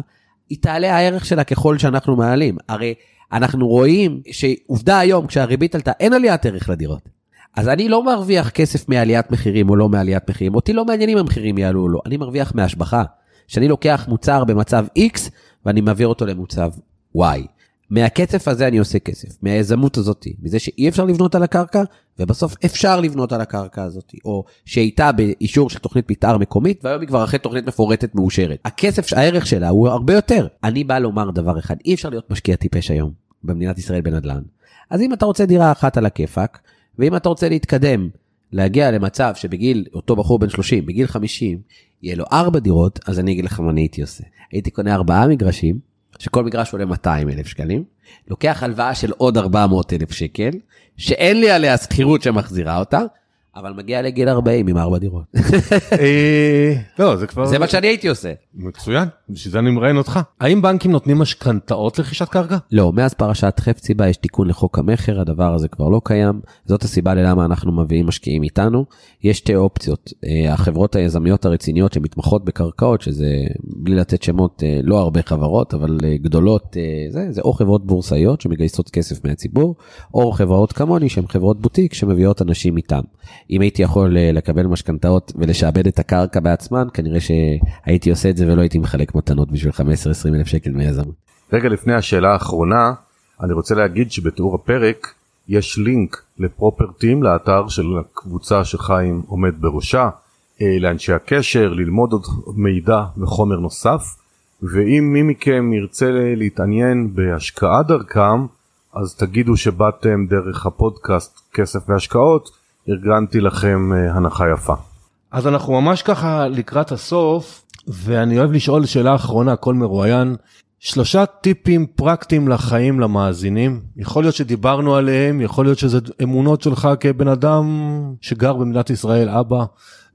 היא תעלה הערך שלה ככל שאנחנו מעלים. הרי אנחנו רואים שעובדה היום, כשהריבית עלתה, אין עליית ערך לדירות. אז אני לא מרוויח כסף מעליית מחירים או לא מעליית מחירים, אותי לא מעניינים המחירים יעלו או לא, אני מרוויח מהשבחה, שאני לוקח מוצר במצב X, ואני מעביר אותו למוצב Y. מהקצף הזה אני עושה כסף, מהיזמות הזאת, מזה שאי אפשר לבנות על הקרקע, ובסוף אפשר לבנות על הקרקע הזאת, או שהייתה באישור של תוכנית מתאר מקומית, והיום היא כבר אחרי תוכנית מפורטת מאושרת. הכסף, הערך שלה הוא הרבה יותר. אני בא לומר דבר אחד, אי אפשר להיות משקיע טיפש היום, במדינת ישראל בנדל"ן. אז אם אתה רוצה דירה אחת על הכיפק, ואם אתה רוצה להתקדם, להגיע למצב שבגיל, אותו בחור בן 30, בגיל 50, יהיה לו 4 דירות, אז אני אגיד לך מה אני הייתי עושה. הייתי קונה 4 מגרשים, שכל מגרש עולה 200,000 שקלים, לוקח הלוואה של עוד 400,000 שקל, שאין לי עליה שכירות שמחזירה אותה, אבל מגיע לגיל 40 עם 4 דירות. לא, זה כבר... זה מה שאני הייתי עושה. מצוין, בשביל זה אני מראיין אותך. האם בנקים נותנים משכנתאות לרכישת קרקע? לא, מאז פרשת חפציבה יש תיקון לחוק המחר, הדבר הזה כבר לא קיים, זאת הסיבה ללמה אנחנו מביאים משקיעים איתנו. יש 2 אופציות, החברות היזמיות הרציניות שמתמחות בקרקעות, שזה בלי לתת שמות, לא הרבה חברות, אבל גדולות, זה או חברות בורסאיות שמגייסות כסף מהציבור, או חברות כמוני שהן חברות בוטיק שמביאות אנשים איתם. אם הייתי יכול לקבל משכנתאות ולשעבד את הקרקע בעצמן, כנראה שהייתי עושה את זה ולא הייתי מחלק מתנות בשביל 15-20 אלף שקל מיזמות. רגע לפני השאלה האחרונה, אני רוצה להגיד שבתיאור הפרק יש לינק לפרופרטים, לאתר של הקבוצה שחיים עומד בראשה, לאנשי הקשר, ללמוד עוד מידע וחומר נוסף, ואם מי מכם ירצה להתעניין בהשקעה דרכם, אז תגידו שבאתם דרך הפודקאסט כסף והשקעות, ארגנתי לכם הנחה יפה. אז אנחנו ממש ככה לקראת הסוף, ואני אוהב לשאול שאלה אחרונה, כל מרואיין, 3 טיפים פרקטיים לחיים למאזינים, יכול להיות שדיברנו עליהם, יכול להיות שזה אמונות שלך כבן אדם שגר במדינת ישראל, אבא,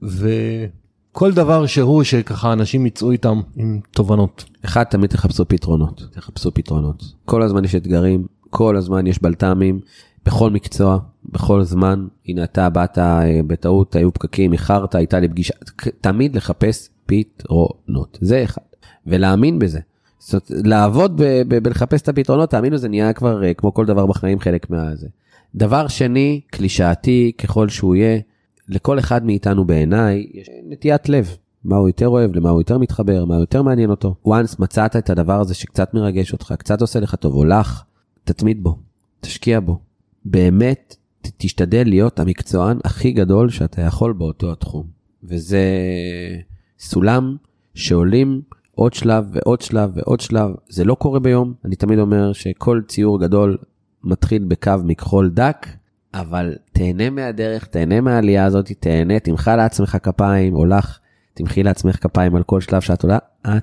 וכל דבר שהוא שככה אנשים יצאו איתם עם תובנות. אחד, תמיד תחפשו פתרונות. כל הזמן יש אתגרים, כל הזמן יש בלת"מים, בכל מקצוע, בכל זמן. הנה אתה באת בטעות, היו פקקים, איחרת, הייתה לי פגישה, תמיד לחפש פתרונות, זה אחד, ולהאמין בזה. זאת אומרת, לעבוד בלחפש את הפתרונות, תאמינו, זה נהיה כבר כמו כל דבר בחיים חלק מהזה. דבר שני, קלישאתי ככל שהוא יהיה, לכל אחד מאיתנו בעיניי, יש נטיית לב, מה הוא יותר אוהב, למה הוא יותר מתחבר, מה יותר מעניין אותו. once מצאת את הדבר הזה שקצת מרגש אותך, קצת עושה לך טוב, הולך, תתמיד בו, תשקיע בו. באמת, תשתדל להיות המקצוען הכי גדול שאתה יכול באותו התחום. וזה סולם שעולים עוד שלב ועוד שלב ועוד שלב. זה לא קורה ביום. אני תמיד אומר שכל ציור גדול מתחיל בקו מכחול דק, אבל תהנה מהדרך, תהנה מהעלייה הזאת, תהנה, תמחה לעצמך כפיים, הולך, תמחי לעצמך כפיים על כל שלב שאת עולה,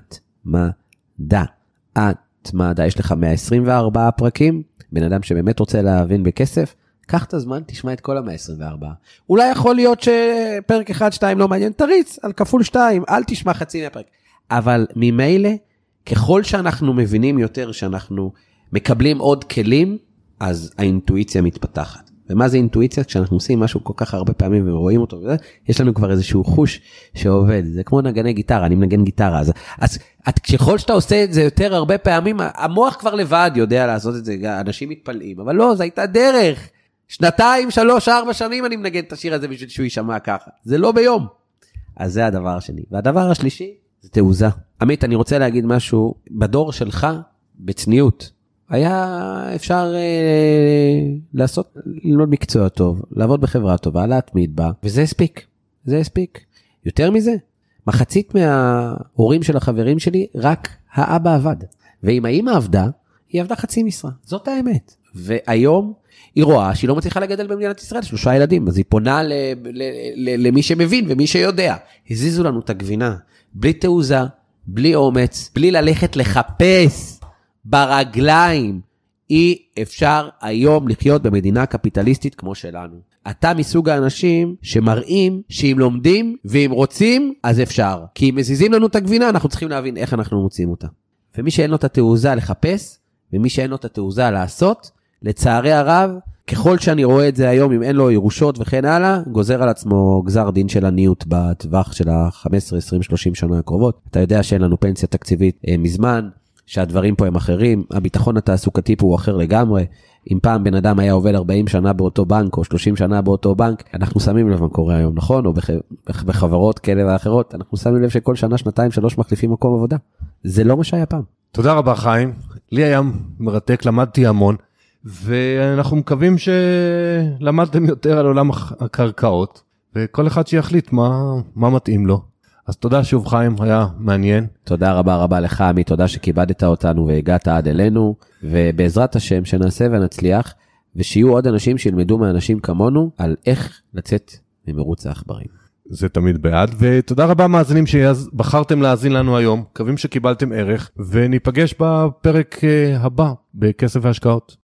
את מדע, יש לך 124 פרקים, בן אדם שבאמת רוצה להבין בכסף, קח את הזמן, תשמע את כל ה-124. אולי יכול להיות שפרק 1-2 לא מעניין, תריץ על כפול 2, אל תשמע חצי מהפרק. אבל ממילא, ככל שאנחנו מבינים יותר, שאנחנו מקבלים עוד כלים, אז האינטואיציה מתפתחת. ומה זה אינטואיציה? כשאנחנו עושים משהו כל כך הרבה פעמים ורואים אותו, יש לנו כבר איזשהו חוש שעובד. זה כמו נגני גיטרה, אני מנגן גיטרה. אז ככל שאתה עושה את זה יותר הרבה פעמים, המוח כבר לבד יודע לעשות את זה, אנשים מתפלאים. אבל לא, זו הייתה דרך. 2, 3, 4 שנים אני מנגן את השיר הזה בשביל שהוא יישמע ככה. זה לא ביום. אז זה הדבר השני. והדבר השלישי, זה תעוזה. עמית, אני רוצה להגיד משהו, בדור שלך, בצניעות, היה אפשר ללמוד מקצוע טוב, לעבוד בחברה טובה, להתמיד בה, וזה הספיק. זה הספיק. יותר מזה, מחצית מההורים של החברים שלי, רק האבא עבד. ואם האמא עבדה, היא עבדה חצי משרה. זאת האמת. והיום היא רואה שהיא לא מצליחה לגדל במדינת ישראל 3 ילדים, אז היא פונה למי שמבין ומי שיודע. הזיזו לנו את הגבינה, בלי תעוזה, בלי אומץ, בלי ללכת לחפש ברגליים. אי אפשר היום לחיות במדינה קפיטליסטית כמו שלנו. אתה מסוג האנשים שמראים שאם לומדים ואם רוצים, אז אפשר. כי אם מזיזים לנו את הגבינה, אנחנו צריכים להבין איך אנחנו מוצאים אותה. ומי שאין לו את התעוזה לחפש, ומי שאין לו את התעוזה לעשות, לצערי הרב, ככל שאני רואה את זה היום, אם אין לו ירושות וכן הלאה, גוזר על עצמו גזר דין של עניות בטווח של ה-15, 20, 30 שנה הקרובות. אתה יודע שאין לנו פנסיה תקציבית מזמן, שהדברים פה הם אחרים, הביטחון התעסוקתי פה הוא אחר לגמרי, אם פעם בן אדם היה עובד 40 שנה באותו בנק או 30 שנה באותו בנק, אנחנו שמים לב מה קורה היום, נכון? או בחברות כאלה ואחרות, אנחנו שמים לב שכל שנה, שנתיים, 3 מחליפים מקום עבודה. זה לא מה שהיה פעם. תודה רבה חיים, לי היה מרתק, למדתי המון, ואנחנו מקווים שלמדתם יותר על עולם הקרקעות, וכל אחד שיחליט מה מתאים לו. אז תודה שוב חיים, היה מעניין. תודה רבה לך עמי, תודה שכיבדת אותנו והגעת עד אלינו, ובעזרת השם שנעשה ונצליח, ושיהיו עוד אנשים שילמדו מאנשים כמונו, על איך לצאת ממרוץ העכברים. זה תמיד בעד, ותודה רבה מאזינים שבחרתם להאזין לנו היום, מקווים שקיבלתם ערך, וניפגש בפרק הבא בכסף והשקעות.